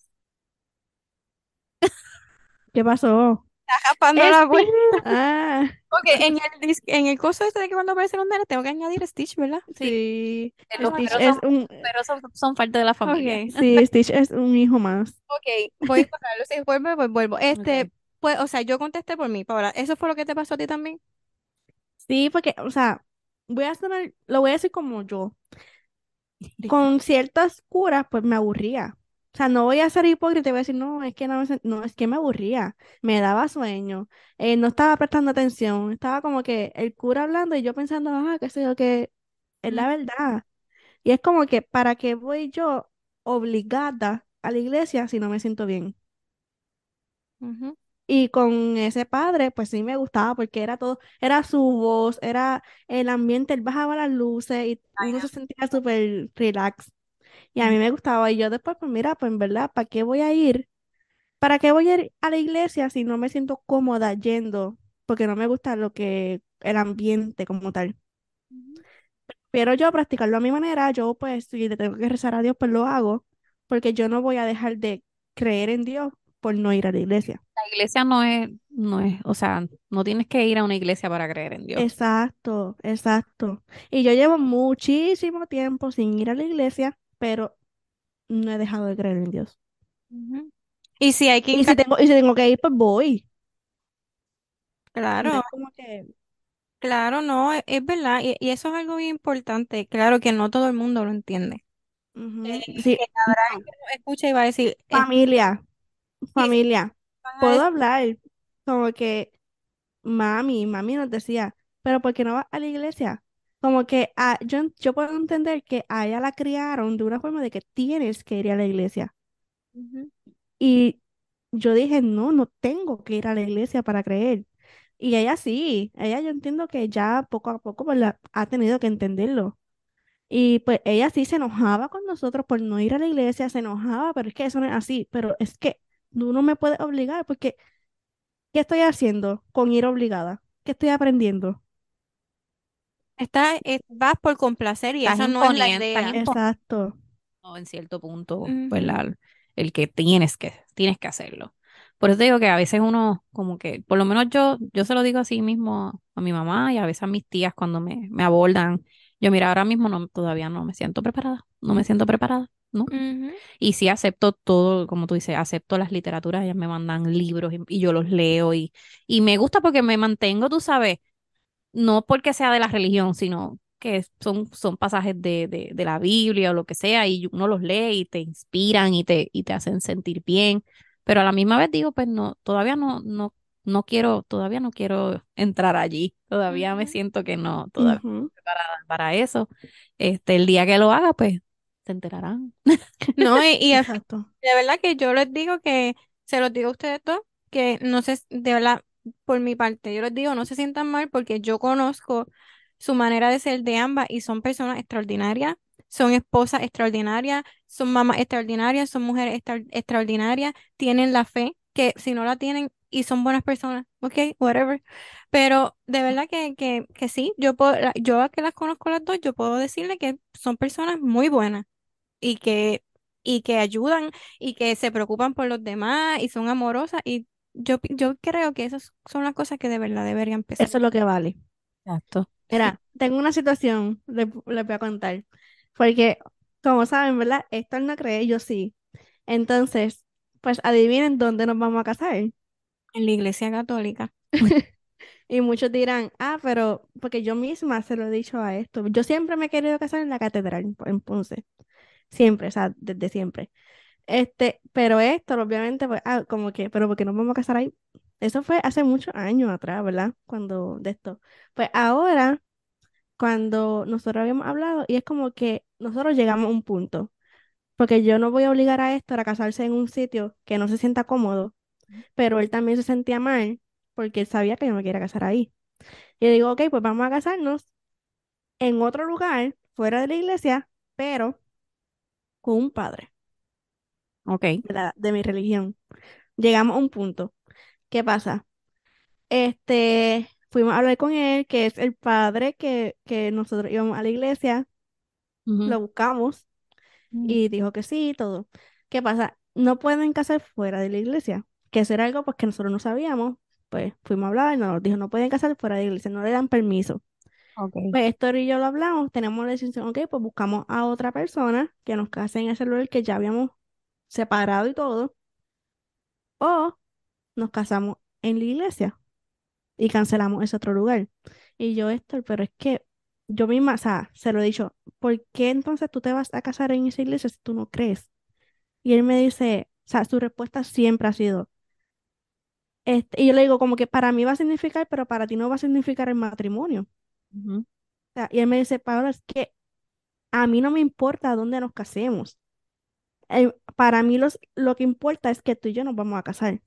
¿Qué pasó? Japando la Este. puerta. Ah, Porque en el, dis- en el curso este de que cuando aparecen los nenes tengo que añadir Stitch, ¿verdad? Sí, sí. eh, los Stitch perros son, es un. perros son, son parte de la familia. Ok, Sí, Stitch es un hijo más. ok, voy a encontrarlo. Si vuelve, pues vuelvo. Este, Okay. pues, o sea, yo contesté por mí, Paola. ¿Eso fue lo que te pasó a ti también? Sí, porque, o sea, voy a sonar, lo voy a decir como yo. Con ciertas curas, pues me aburría. O sea, no voy a ser hipócrita y voy a decir, no, es que no, me sen- no, es que me aburría. Me daba sueño. Eh, no estaba prestando atención. Estaba como que el cura hablando y yo pensando, ah, qué sé yo, que es Mm, la verdad. Y es como que, ¿para qué voy yo obligada a la iglesia si no me siento bien? ujú, Y con ese padre, pues sí me gustaba porque era todo, era su voz, era el ambiente, él bajaba las luces y uno se sentía súper relax. Y a ujú, mí me gustaba. Y yo después, pues mira, pues en verdad, ¿para qué voy a ir? ¿Para qué voy a ir a la iglesia si no me siento cómoda yendo? Porque no me gusta lo que, el ambiente como tal. ujú. Pero yo practicarlo a mi manera, yo pues si le tengo que rezar a Dios, pues lo hago. Porque yo no voy a dejar de creer en Dios por no ir a la iglesia. La iglesia no es, no es, o sea, no tienes que ir a una iglesia para creer en Dios. Exacto, exacto. Y yo llevo muchísimo tiempo sin ir a la iglesia, pero no he dejado de creer en Dios. Ujú. Y si hay que Y si encargar, tengo, y si tengo que ir, pues voy. No claro, es como que, claro, no, e- es verdad, y, y eso es algo bien importante, claro que no todo el mundo lo entiende. Eh, ujú, sí, que habrá no. que nos escucha y va a decir, es, Familia, sí, sí, familia. van a Puedo decir, hablar como que mami, mami nos decía, pero ¿por qué no vas a la iglesia? Como que ah, yo, yo puedo entender que a ella la criaron de una forma de que tienes que ir a la iglesia. ujú, Y yo dije, no, no tengo que ir a la iglesia para creer. Y ella sí, ella yo entiendo que ya poco a poco pues, la- ha tenido que entenderlo. Y pues ella sí se enojaba con nosotros por no ir a la iglesia, se enojaba, pero es que eso no es así. Pero es que tú no me puedes obligar porque ¿qué estoy haciendo con ir obligada? ¿Qué estoy aprendiendo? está, eh, vas por complacer y Estás esa no es la imponiendo, estás idea. imponiendo Exacto. en cierto punto, pues Ujú, la- el que tienes que, tienes que hacerlo. Por eso te digo que a veces uno, como que, por lo menos yo, yo se lo digo así mismo a mi mamá y a veces a mis tías cuando me, me abordan. Yo, mira, ahora mismo no, todavía no me siento preparada, no me siento preparada, ¿no? ujú. Y sí acepto todo, como tú dices, acepto las literaturas, ellas me mandan libros y, y yo los leo y, y me gusta porque me mantengo, tú sabes, no porque sea de la religión, sino que son, son pasajes de, de, de la Biblia o lo que sea, y uno los lee y te inspiran y te, y te hacen sentir bien. Pero a la misma vez digo, pues no, todavía no, no, no quiero, todavía no quiero entrar allí. Todavía me Ujú. siento que no, todavía no Ujú. estoy preparada para eso. Este, el día que lo haga, pues se enterarán. No, y, y al fin- Exacto. de verdad que yo les digo que, se los digo a ustedes dos, que no sé, de verdad, por mi parte, yo les digo, no se sientan mal porque yo conozco su manera de ser de ambas y son personas extraordinarias, son esposas extraordinarias, son mamás extraordinarias, son mujeres extra- extraordinarias, tienen la fe, que si no la tienen y son buenas personas, ok, whatever. Pero de verdad que, que, que sí, yo puedo, la- yo a que las conozco las dos, yo puedo decirle que son personas muy buenas y que, y que ayudan y que se preocupan por los demás y son amorosas y yo, pi- yo creo que esas son las cosas que de verdad deberían empezar. Eso es lo que vale. Exacto. Mira, tengo una situación, le- les voy a contar. Porque, como saben, ¿verdad? Héctor no cree, yo sí. Entonces, pues adivinen dónde nos vamos a casar. En la iglesia católica. Y muchos dirán, ah, pero porque yo misma se lo he dicho a esto. Yo siempre me he querido casar en la catedral, en en Ponce. Siempre, o sea, desde siempre. Este, pero esto, obviamente, pues, ah, como que, pero porque nos vamos a casar ahí. Eso fue hace muchos años atrás, ¿verdad? Cuando de esto. Pues ahora, cuando nosotros habíamos hablado, y es como que nosotros llegamos a un punto. Porque yo no voy a obligar a Héctor a casarse en un sitio que no se sienta cómodo. pero él también se sentía mal porque él sabía que yo no me quería casar ahí. Y yo digo, ok, pues vamos a casarnos en otro lugar, fuera de la iglesia, pero con un padre Ok. de, la- de mi religión. Llegamos a un punto. ¿Qué pasa? Este, fuimos a hablar con él, que es el padre que, que nosotros íbamos a la iglesia, Ujú. lo buscamos Mm. y dijo que sí y todo. ¿Qué pasa? No pueden casar fuera de la iglesia, que eso era algo pues que nosotros no sabíamos. Pues fuimos a hablar y nos dijo, no pueden casar fuera de la iglesia, no le dan permiso. Ok. Pues Héctor y yo lo hablamos, tenemos la decisión, ok, pues buscamos a otra persona que nos case en ese lugar que ya habíamos separado y todo, o nos casamos en la iglesia y cancelamos ese otro lugar. Y yo, Héctor, pero es que yo misma, o sea, se lo he dicho, ¿por qué entonces tú te vas a casar en esa iglesia si tú no crees? Y él me dice, o sea, su respuesta siempre ha sido, este, y yo le digo como que para mí va a significar, pero para ti no va a significar el matrimonio. Ujú. O sea, y él me dice, Paola, es que a mí no me importa dónde nos casemos. Eh, para mí los, lo que importa es que tú y yo nos vamos a casar.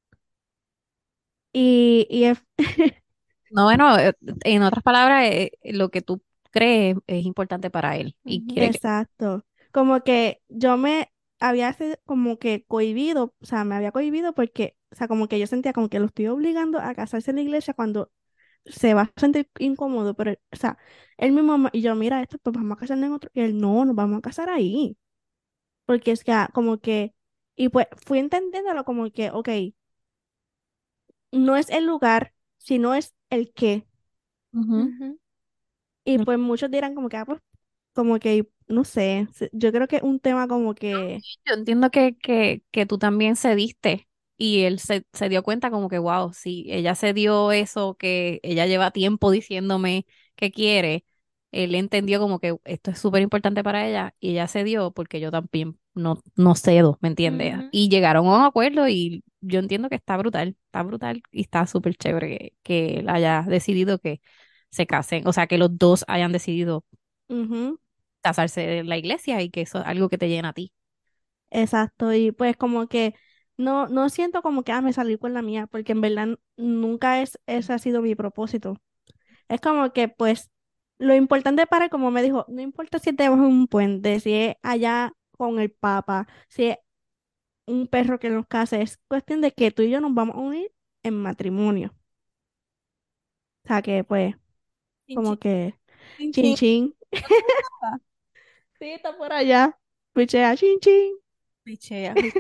Y, y es, No, bueno, eh, en otras palabras, eh, lo que tú crees es importante para él y Ujú. quiere que... exacto. Como que yo me había sido como que cohibido, o sea, me había cohibido porque, o sea, como que yo sentía como que lo estoy obligando a casarse en la iglesia cuando se va a sentir incómodo, pero, o sea, él mismo, me- y yo, mira esto, pues vamos a casarnos en otro, y él, no, nos vamos a casar ahí, porque es que, ah, como que, y pues fui entendiéndolo como que, ok, no es el lugar, sino es el qué, Ujú. Ujú. y pues muchos dirán como que, ah, pues, como que, no sé, se- yo creo que es un tema como que, Yo entiendo que, que, que tú también cediste y él se, se dio cuenta como que, wow, si ella se dio eso que ella lleva tiempo diciéndome que quiere, él entendió como que esto es súper importante para ella y ella cedió porque yo también no, no cedo, ¿me entiendes? Ujú. Y llegaron a un acuerdo y yo entiendo que está brutal, está brutal y está súper chévere que, que él haya decidido que se casen, o sea, que los dos hayan decidido ujú, casarse en la iglesia y que eso es algo que te llena a ti. exacto, y pues como que, no, no siento como que, ah, me salí con la mía, porque en verdad n- nunca es, ese ha sido mi propósito. Es como que, pues, lo importante para él, como me dijo, no importa si tenemos un puente, si es allá con el Papa, si es un perro que nos case, es cuestión de que tú y yo nos vamos a unir en matrimonio. O sea que, pues, Chin, como chin, que, chin, chin chin. chin. Sí, está por allá. Pichea, chin chin. Pichea, pichea.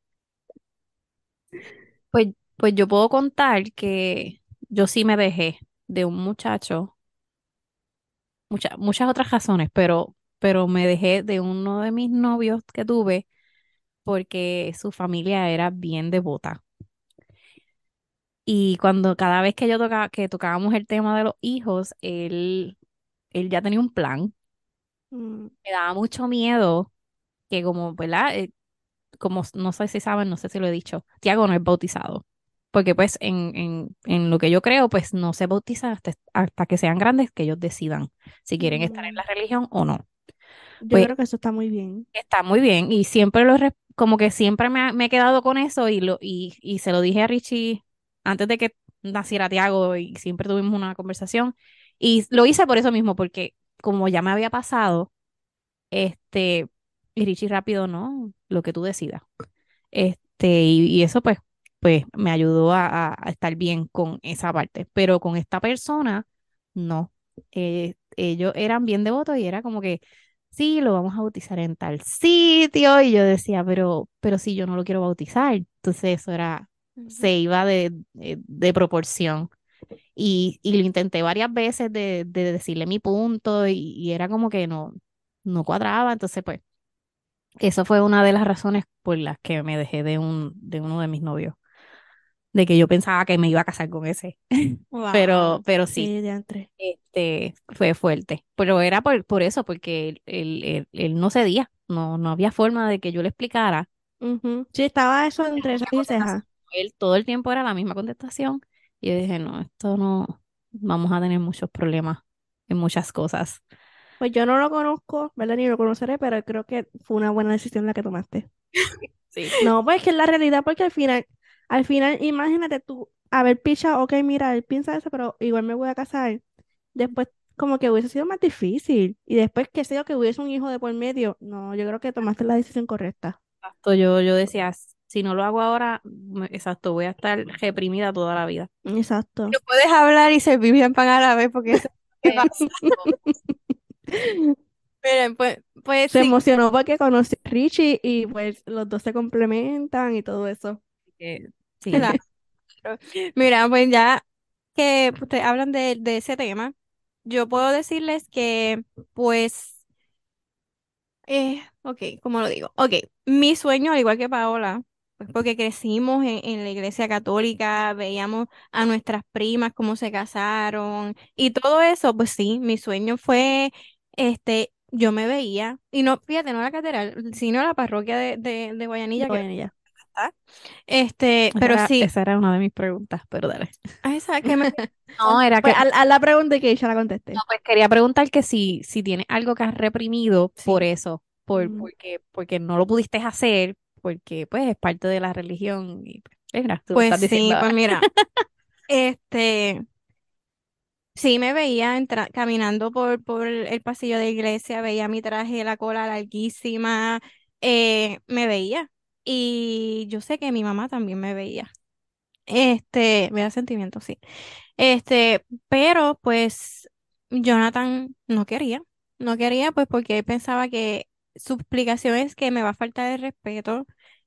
Pues, pues yo puedo contar que yo sí me dejé de un muchacho, muchas muchas otras razones, pero, pero me dejé de uno de mis novios que tuve porque su familia era bien devota. Y cuando cada vez que yo tocaba, que tocábamos el tema de los hijos, él, él ya tenía un plan. Mm, Me daba mucho miedo que como, ¿verdad? Eh, como s- no sé si saben, no sé si lo he dicho, Tiago no es bautizado. Porque pues en, en, en lo que yo creo, pues no se bautizan hasta, hasta que sean grandes, que ellos decidan si quieren estar en mm. la religión o no. Yo Pues creo que eso está muy bien. está muy bien y siempre lo, res- como que siempre me, ha- me he quedado con eso y, lo, y, y se lo dije a Richie antes de que naciera Tiago y siempre tuvimos una conversación y lo hice por eso mismo, porque como ya me había pasado, este, y Richie rápido, no, lo que tú decidas. Este, y, y eso pues, pues me ayudó a, a- a estar bien con esa parte. Pero con esta persona, no. Eh, ellos eran bien devotos y era como que, sí, lo vamos a bautizar en tal sitio. Y yo decía, pero, pero si yo no lo quiero bautizar. Entonces eso era, se Ujú. iba de, de, de proporción. Y, y lo intenté varias veces de, de decirle mi punto y, y era como que no, no cuadraba. Entonces, pues eso fue una de las razones por las que me dejé de un, de uno de mis novios, de que yo pensaba que me iba a casar con ese. Wow. Pero, pero sí, Sí, de entre. este, fue fuerte. Pero era por, por eso, porque él, él, él- él no cedía, no, no había forma de que yo le explicara. Ujú. Sí, estaba eso La entre ceja misma y contestación. ceja. Él todo el tiempo era la misma contestación. Y yo dije, no, esto no, vamos a tener muchos problemas en muchas cosas. Pues yo no lo conozco, ¿verdad? Ni lo conoceré, pero creo que fue una buena decisión la que tomaste. Sí. No, pues que es la realidad, porque al final, Al final, imagínate tú haber pichado, ok, mira, él piensa eso, pero igual me voy a casar. Después, como que hubiese sido más difícil. Y después, que sé yo, que hubiese un hijo de por medio. No, yo creo que tomaste la decisión correcta. Exacto, yo, yo decía, si no lo hago ahora, me- exacto, voy a estar reprimida toda la vida. Exacto. No puedes hablar y servir bien pan árabe porque eso es lo que pasa. Exacto. Miren, pues, pues Se sí, emocionó porque conoció a Richie y pues los dos se complementan y todo eso. Que- sí, claro. Mira, pues ya que ustedes hablan de, de ese tema, yo puedo decirles que, pues, eh, ok, ¿cómo lo digo? Ok, mi sueño, al igual que Paola, pues porque crecimos en, en la iglesia católica, veíamos a nuestras primas cómo se casaron y todo eso, pues sí, mi sueño fue, este, yo me veía, y no, fíjate, no la catedral, sino la parroquia de, de, de De Guayanilla que vainilla. está, este, esa pero era, sí, esa era una de mis preguntas, pero dale. a esa que me... No, era Pues que, a, a la pregunta que ya la no, contesté. pues quería preguntar que si, si tienes algo que has reprimido por Sí. eso, por, Mm, porque, porque no lo pudiste hacer, porque pues es parte de la religión y pues, mira, tú lo Pues estás diciendo sí, pues ahora. mira, este, sí me veía entra- caminando por, por el pasillo de iglesia, veía mi traje, la cola larguísima, eh, me veía. Y yo sé que mi mamá también me veía. Este, me da sentimiento, sí. Este, pero pues Jonathan no quería, no quería pues porque él pensaba que su explicación es que me va a faltar el respeto,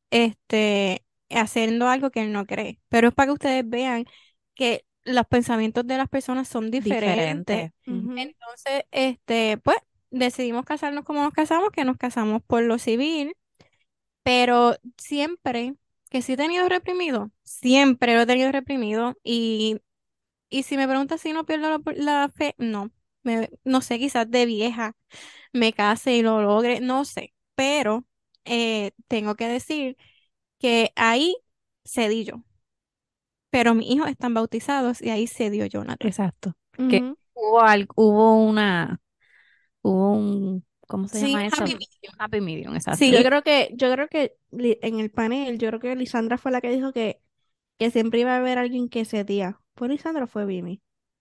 este, haciendo algo que él no cree. Pero es para que ustedes vean que los pensamientos de las personas son diferentes. Diferente. Ujú. ujú. Entonces, este, pues decidimos casarnos como nos casamos, que nos casamos por lo civil, pero siempre que sí he tenido reprimido, siempre lo he tenido reprimido y y si me preguntas si no pierdo la, la fe, no. Me- no sé, quizás de vieja me case y lo logre, no sé. Pero eh, tengo que decir que ahí cedí yo. Pero mis hijos están bautizados y ahí cedió Jonathan. Exacto. Que Ujú. hubo al, hubo una, hubo un, ¿cómo se Sí, llama eso? happy Un medium. happy medium, exacto. Yo Sí, creo que, yo creo que li- en el panel, yo creo que Lisandra fue la que dijo que, que siempre iba a haber alguien que cedía. ¿Fue Lisandra o fue Vimi?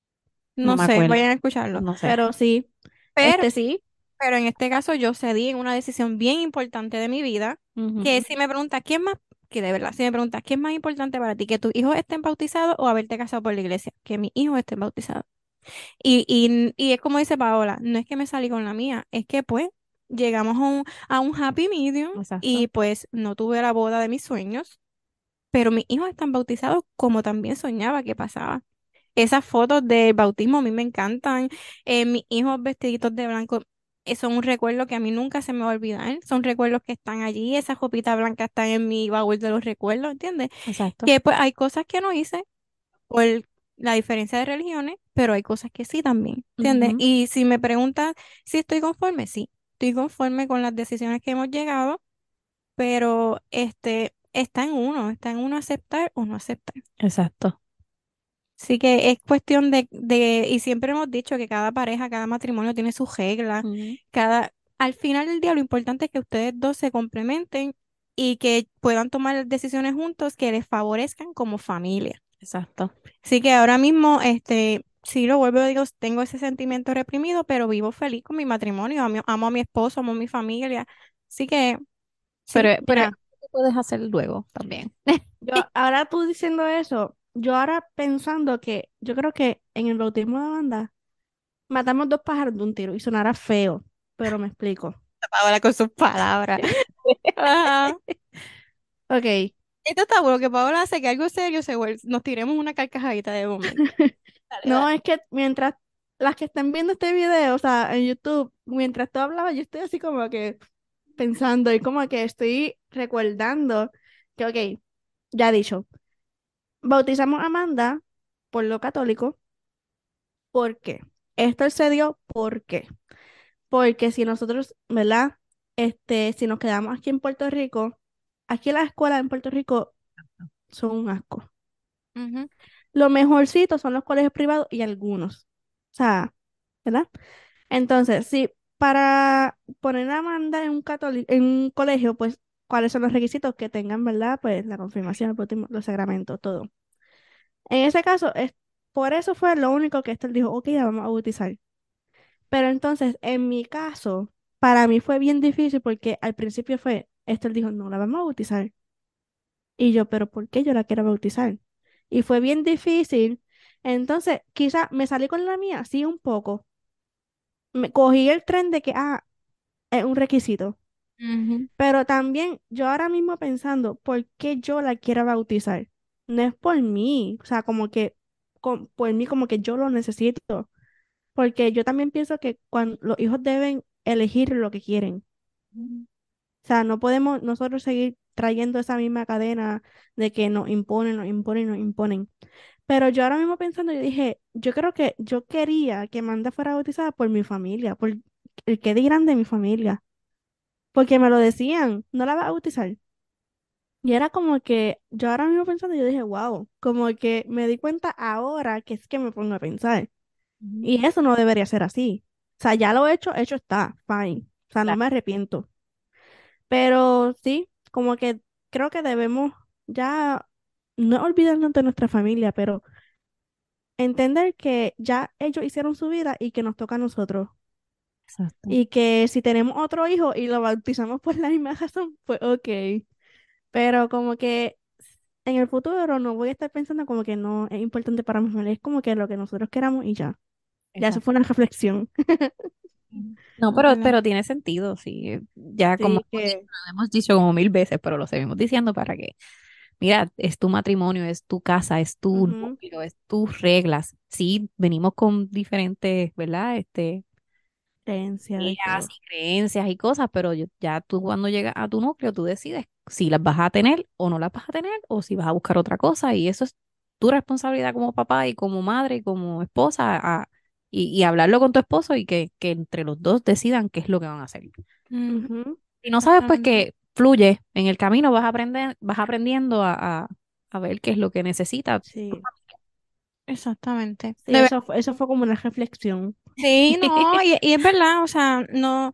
No no me sé, acuerdo, vayan a escucharlo. no sé. Pero sí, Pero, este sí. pero en este caso yo cedí en una decisión bien importante de mi vida, que Ujú. si me preguntas, ¿quién más? Que de verdad, si me preguntas, ¿qué es más importante para ti? ¿Que tus hijos estén bautizados o haberte casado por la iglesia? Que mis hijos estén bautizados. Y, y, y es como dice Paola, no es que me salí con la mía, es que pues llegamos a un, a un happy medium Exacto. y pues no tuve la boda de mis sueños, pero mis hijos están bautizados como también soñaba que pasaba. Esas fotos del bautismo a mí me encantan. Eh, mis hijos vestiditos de blanco eh, son un recuerdo que a mí nunca se me va a olvidar. Son recuerdos que están allí. Esas copitas blancas están en mi baúl de los recuerdos, ¿entiendes? Exacto. Que pues hay cosas que no hice por la diferencia de religiones, pero hay cosas que sí también, ¿entiendes? Ujú. Y si me preguntas si estoy conforme, sí, estoy conforme con las decisiones que hemos llegado, pero este está en uno, está en uno aceptar o no aceptar. Exacto. Así que es cuestión de, de, y siempre hemos dicho que cada pareja, cada matrimonio tiene sus reglas, Ujú. cada, al final del día lo importante es que ustedes dos se complementen y que puedan tomar decisiones juntos que les favorezcan como familia. Exacto. Así que ahora mismo, este, sí lo vuelvo a digo, tengo ese sentimiento reprimido, pero vivo feliz con mi matrimonio, amo, amo a mi esposo, amo a mi familia. Así que sí, Pero, pero Mira, ¿qué puedes hacer luego también? yo ahora tú diciendo eso, yo ahora pensando que yo creo que en el bautismo de banda matamos dos pájaros de un tiro y sonará feo, pero me explico. Paola con sus palabras. Ajá. Ok, Esto está bueno, que Paola hace que algo serio se vuel- nos tiremos una carcajadita de momento. Dale, no, dale. es que mientras las que están viendo este video, o sea, en YouTube, mientras tú hablabas, yo estoy así como que pensando y como que estoy recordando que, ok, ya he dicho, bautizamos a Amanda por lo católico. ¿Por qué? Esto se dio, ¿por qué? Porque si nosotros, ¿verdad? Este, si nos quedamos aquí en Puerto Rico, aquí las escuelas en Puerto Rico son un asco. Ujú, Lo mejorcito son los colegios privados y algunos. O sea, ¿verdad? Entonces, si para poner a Amanda en un católico, en un colegio, pues cuáles son los requisitos que tengan, ¿verdad? Pues la confirmación, el bautismo, los sacramentos, todo. En ese caso, es, por eso fue lo único que Esther dijo, ok, la vamos a bautizar. Pero entonces, en mi caso, para mí fue bien difícil porque al principio fue, Esther dijo, no la vamos a bautizar. Y yo, pero ¿por qué yo la quiero bautizar? Y fue bien difícil. Entonces, quizá me salí con la mía, sí, un poco. Me cogí el tren de que, ah, es un requisito. Ujú, Pero también yo ahora mismo pensando, ¿por qué yo la quiero bautizar? No es por mí, o sea, como que, com- por mí como que yo lo necesito. Porque yo también pienso que cuando los hijos deben elegir lo que quieren. ujú, O sea, no podemos nosotros seguir trayendo esa misma cadena de que nos imponen, nos imponen, nos imponen. Pero yo ahora mismo pensando, yo dije, yo creo que yo quería que Manda fuera bautizada por mi familia, por el que dirán de mi familia. Porque me lo decían, no la vas a bautizar. Y era como que yo ahora mismo pensando, yo dije, wow, como que me di cuenta ahora que es que me pongo a pensar. ujú. Y eso no debería ser así. O sea, ya lo he hecho, hecho está, fine. O sea, no Claro. me arrepiento. Pero sí, como que creo que debemos ya no olvidarnos de nuestra familia, pero entender que ya ellos hicieron su vida y que nos toca a nosotros. Exacto. Y que si tenemos otro hijo y lo bautizamos por la misma razón, pues ok. Pero como que en el futuro no voy a estar pensando como que no es importante para mi familia, es como que lo que nosotros queramos y ya. Ya eso Exacto. fue una reflexión. No, Es pero, verdad. pero tiene sentido, sí. Ya como Sí, hemos dicho, que... lo hemos dicho como mil veces, pero lo seguimos diciendo para que, mira, es tu matrimonio, es tu casa, es tu ujú, núcleo, es tus reglas. Sí, venimos con diferentes, ¿verdad? Este, creencia de ideas todo. y creencias y cosas, pero yo- ya tú cuando llegas a tu núcleo, tú decides si las vas a tener o no las vas a tener, o si vas a buscar otra cosa, y eso es tu responsabilidad como papá y como madre y como esposa, a- y, y hablarlo con tu esposo y que, que entre los dos decidan qué es lo que van a hacer. Ujú, Ujú, Si no sabes, pues exactamente. que fluye en el camino, vas a aprender, vas aprendiendo a, a, a ver qué es lo que necesitas. sí, Exactamente. sí, De verdad. eso fue, eso fue como una reflexión. Sí, no, y, y es verdad, o sea, no,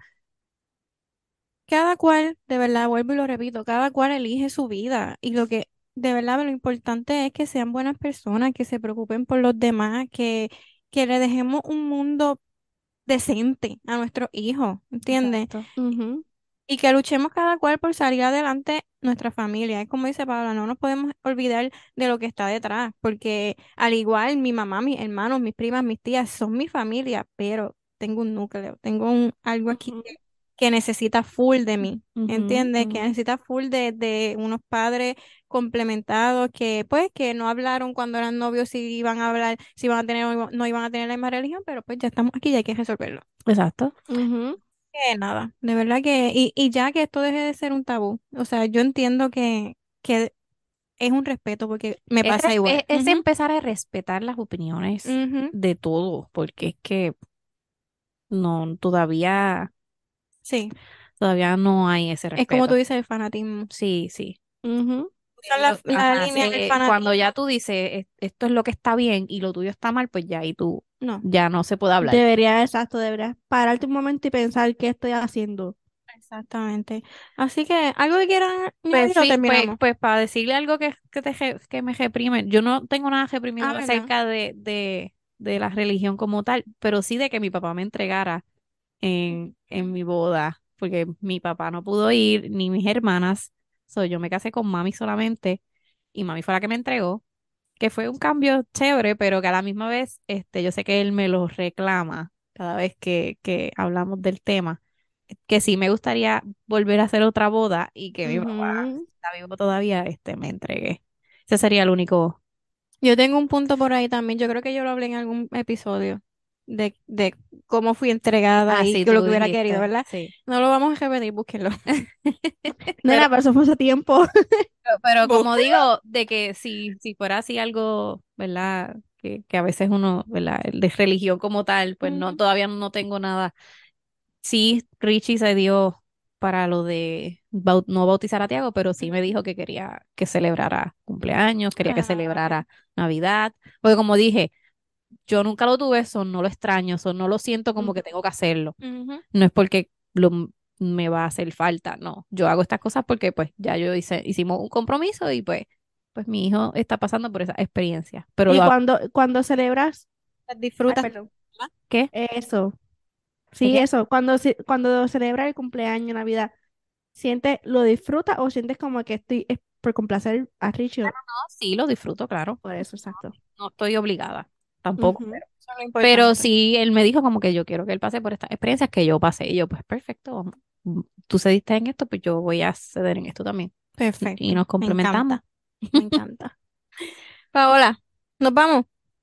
cada cual, de verdad, vuelvo y lo repito, cada cual elige su vida y lo que, de verdad, lo importante es que sean buenas personas, que se preocupen por los demás, que, que le dejemos un mundo decente a nuestros hijos, ¿entiendes? Exacto. Ujú, Y que luchemos cada cual por salir adelante nuestra familia. Es como dice Paula, no nos podemos olvidar de lo que está detrás, porque al igual mi mamá, mis hermanos, mis primas, mis tías son mi familia, pero tengo un núcleo, tengo un, algo aquí ujú, que, que necesita full de mí, ujú, ¿entiendes? Que ujú, necesita full de, de unos padres complementados que pues que no hablaron cuando eran novios si iban a hablar, si iban a tener o no no iban a tener la misma religión, pero pues ya estamos aquí y hay que resolverlo. Exacto. ujú. Que nada, de verdad que, y, y ya que esto deje de ser un tabú, o sea, yo entiendo que, que es un respeto porque me Es, pasa res- es, igual. es Ujú, empezar a respetar las opiniones ujú, de todos, porque es que no, todavía, sí, todavía no hay ese es como tú respeto. dicer el fanatismo. Sí, sí. Ujú, Usar Eh, la, lo- la ajá, línea del se- cuando fanatismo, ya tú dices "Es- esto es lo que está bien y lo tuyo está mal, pues ya ahí tú no, ya no se puede hablar". debería, exacto, deberías pararte un momento y pensar qué estoy haciendo. exactamente. Así que, ¿algo que quieran Pues añadir o sí, pues, terminamos? pues para decirle algo que, que, te, re- que me reprime, yo no tengo nada reprimido Ah, ¿verdad? acerca de, de, de la religión como tal, pero sí de que mi papá me entregara en, en mi boda, porque mi papá no pudo ir, ni mis hermanas, so, yo me casé con mami solamente, y mami fue la que me entregó, que fue un cambio chévere, pero que a la misma vez, este, yo sé que él me lo reclama cada vez que, que hablamos del tema, que sí me gustaría volver a hacer otra boda y que mi papá Ujú, está vivo todavía, este, me entregué. Ese sería el único. Yo tengo un punto por ahí también, yo creo que yo lo hablé en algún episodio de, de cómo fui entregada Ah, y sí, que tú lo que hubiera querido, dijiste, ¿verdad? sí. No lo vamos a repetir, búsquenlo. Pero, nena, pero eso fue hace tiempo. Pero, pero como búsquenlo. digo, de que si, si fuera así algo, ¿verdad? Que, que a veces uno, ¿verdad? El de religión como tal, pues no, Ujú. todavía no tengo nada. Sí, Richie se dio para lo de bau- no bautizar a Tiago, pero sí me dijo que quería que celebrara cumpleaños, quería que Ah, ok. celebrara Navidad. Porque como dije, yo nunca lo tuve, eso no lo extraño, eso no lo siento como que Ujú, tengo que hacerlo. ujú. No es porque lo, me va a hacer falta. No, yo hago estas cosas porque pues ya yo hice, hicimos un compromiso y pues, pues mi hijo está pasando por esa experiencia. Pero Y lo, cuando, cuando celebras, Las ay, disfrutas. perdón, ¿qué? eso, ¿De sí, qué? eso, cuando, ce- cuando celebras el cumpleaños, Navidad, ¿sientes, lo disfrutas o sientes como que estoy es por complacer a Richie? No, sí, lo disfruto, claro. Por eso, exacto. No estoy obligada, tampoco. Ujú. Pero, Eso es lo pero importante. sí, él me dijo como que yo quiero que él pase por estas experiencias que yo pasé. Y yo, pues perfecto, vamos. Mm, Tú cediste en esto, pues yo voy a ceder en esto también. Y Perfecto. nos Me complementamos. encanta. Me encanta. Paola, ¿nos vamos?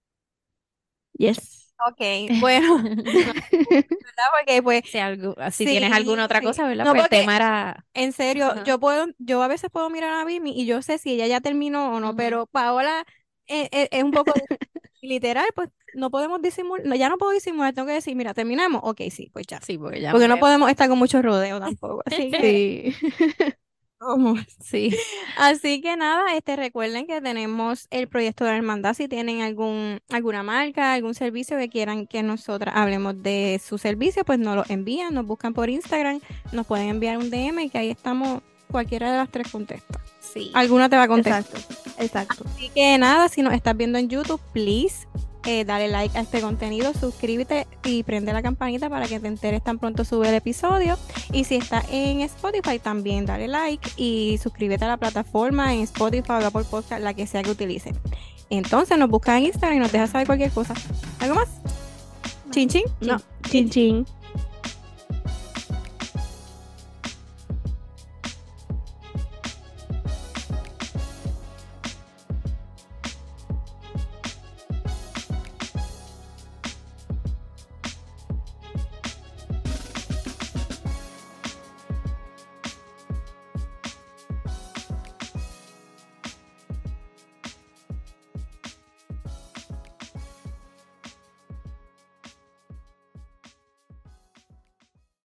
Yes. Ok, bueno, ¿verdad? Porque pues Si, algo, si tienes alguna sí, otra sí. cosa, ¿verdad? No, Pues el porque tema era... en serio, Ajá. yo puedo, yo a veces puedo mirar a Vimi y yo sé si ella ya terminó o no, Ujú. pero Paola eh, eh, es un poco literal, pues no podemos disimular, no, ya no puedo disimular, tengo que decir, mira, terminamos, ok, sí, pues ya. Sí, porque ya no Porque no podemos. podemos estar con mucho rodeo tampoco, así que Sí. vamos. Sí. Así que nada, este recuerden que tenemos el proyecto de la hermandad. Si tienen algún, alguna marca, algún servicio que quieran que nosotras hablemos de su servicio, pues nos lo envían, nos buscan por Instagram, nos pueden enviar un D M y que ahí estamos, cualquiera de las tres contesta. Sí. Alguna te va a contestar. Exacto, exacto. Así que nada, si nos estás viendo en YouTube, please, eh, dale like a este contenido, suscríbete y prende la campanita para que te enteres tan pronto sube el episodio. Y si estás en Spotify, también dale like y suscríbete a la plataforma en Spotify o Apple Podcast, la que sea que utilices. Entonces nos buscas en Instagram y nos dejas saber cualquier cosa. ¿Algo más? Chin chin. No, chin chin.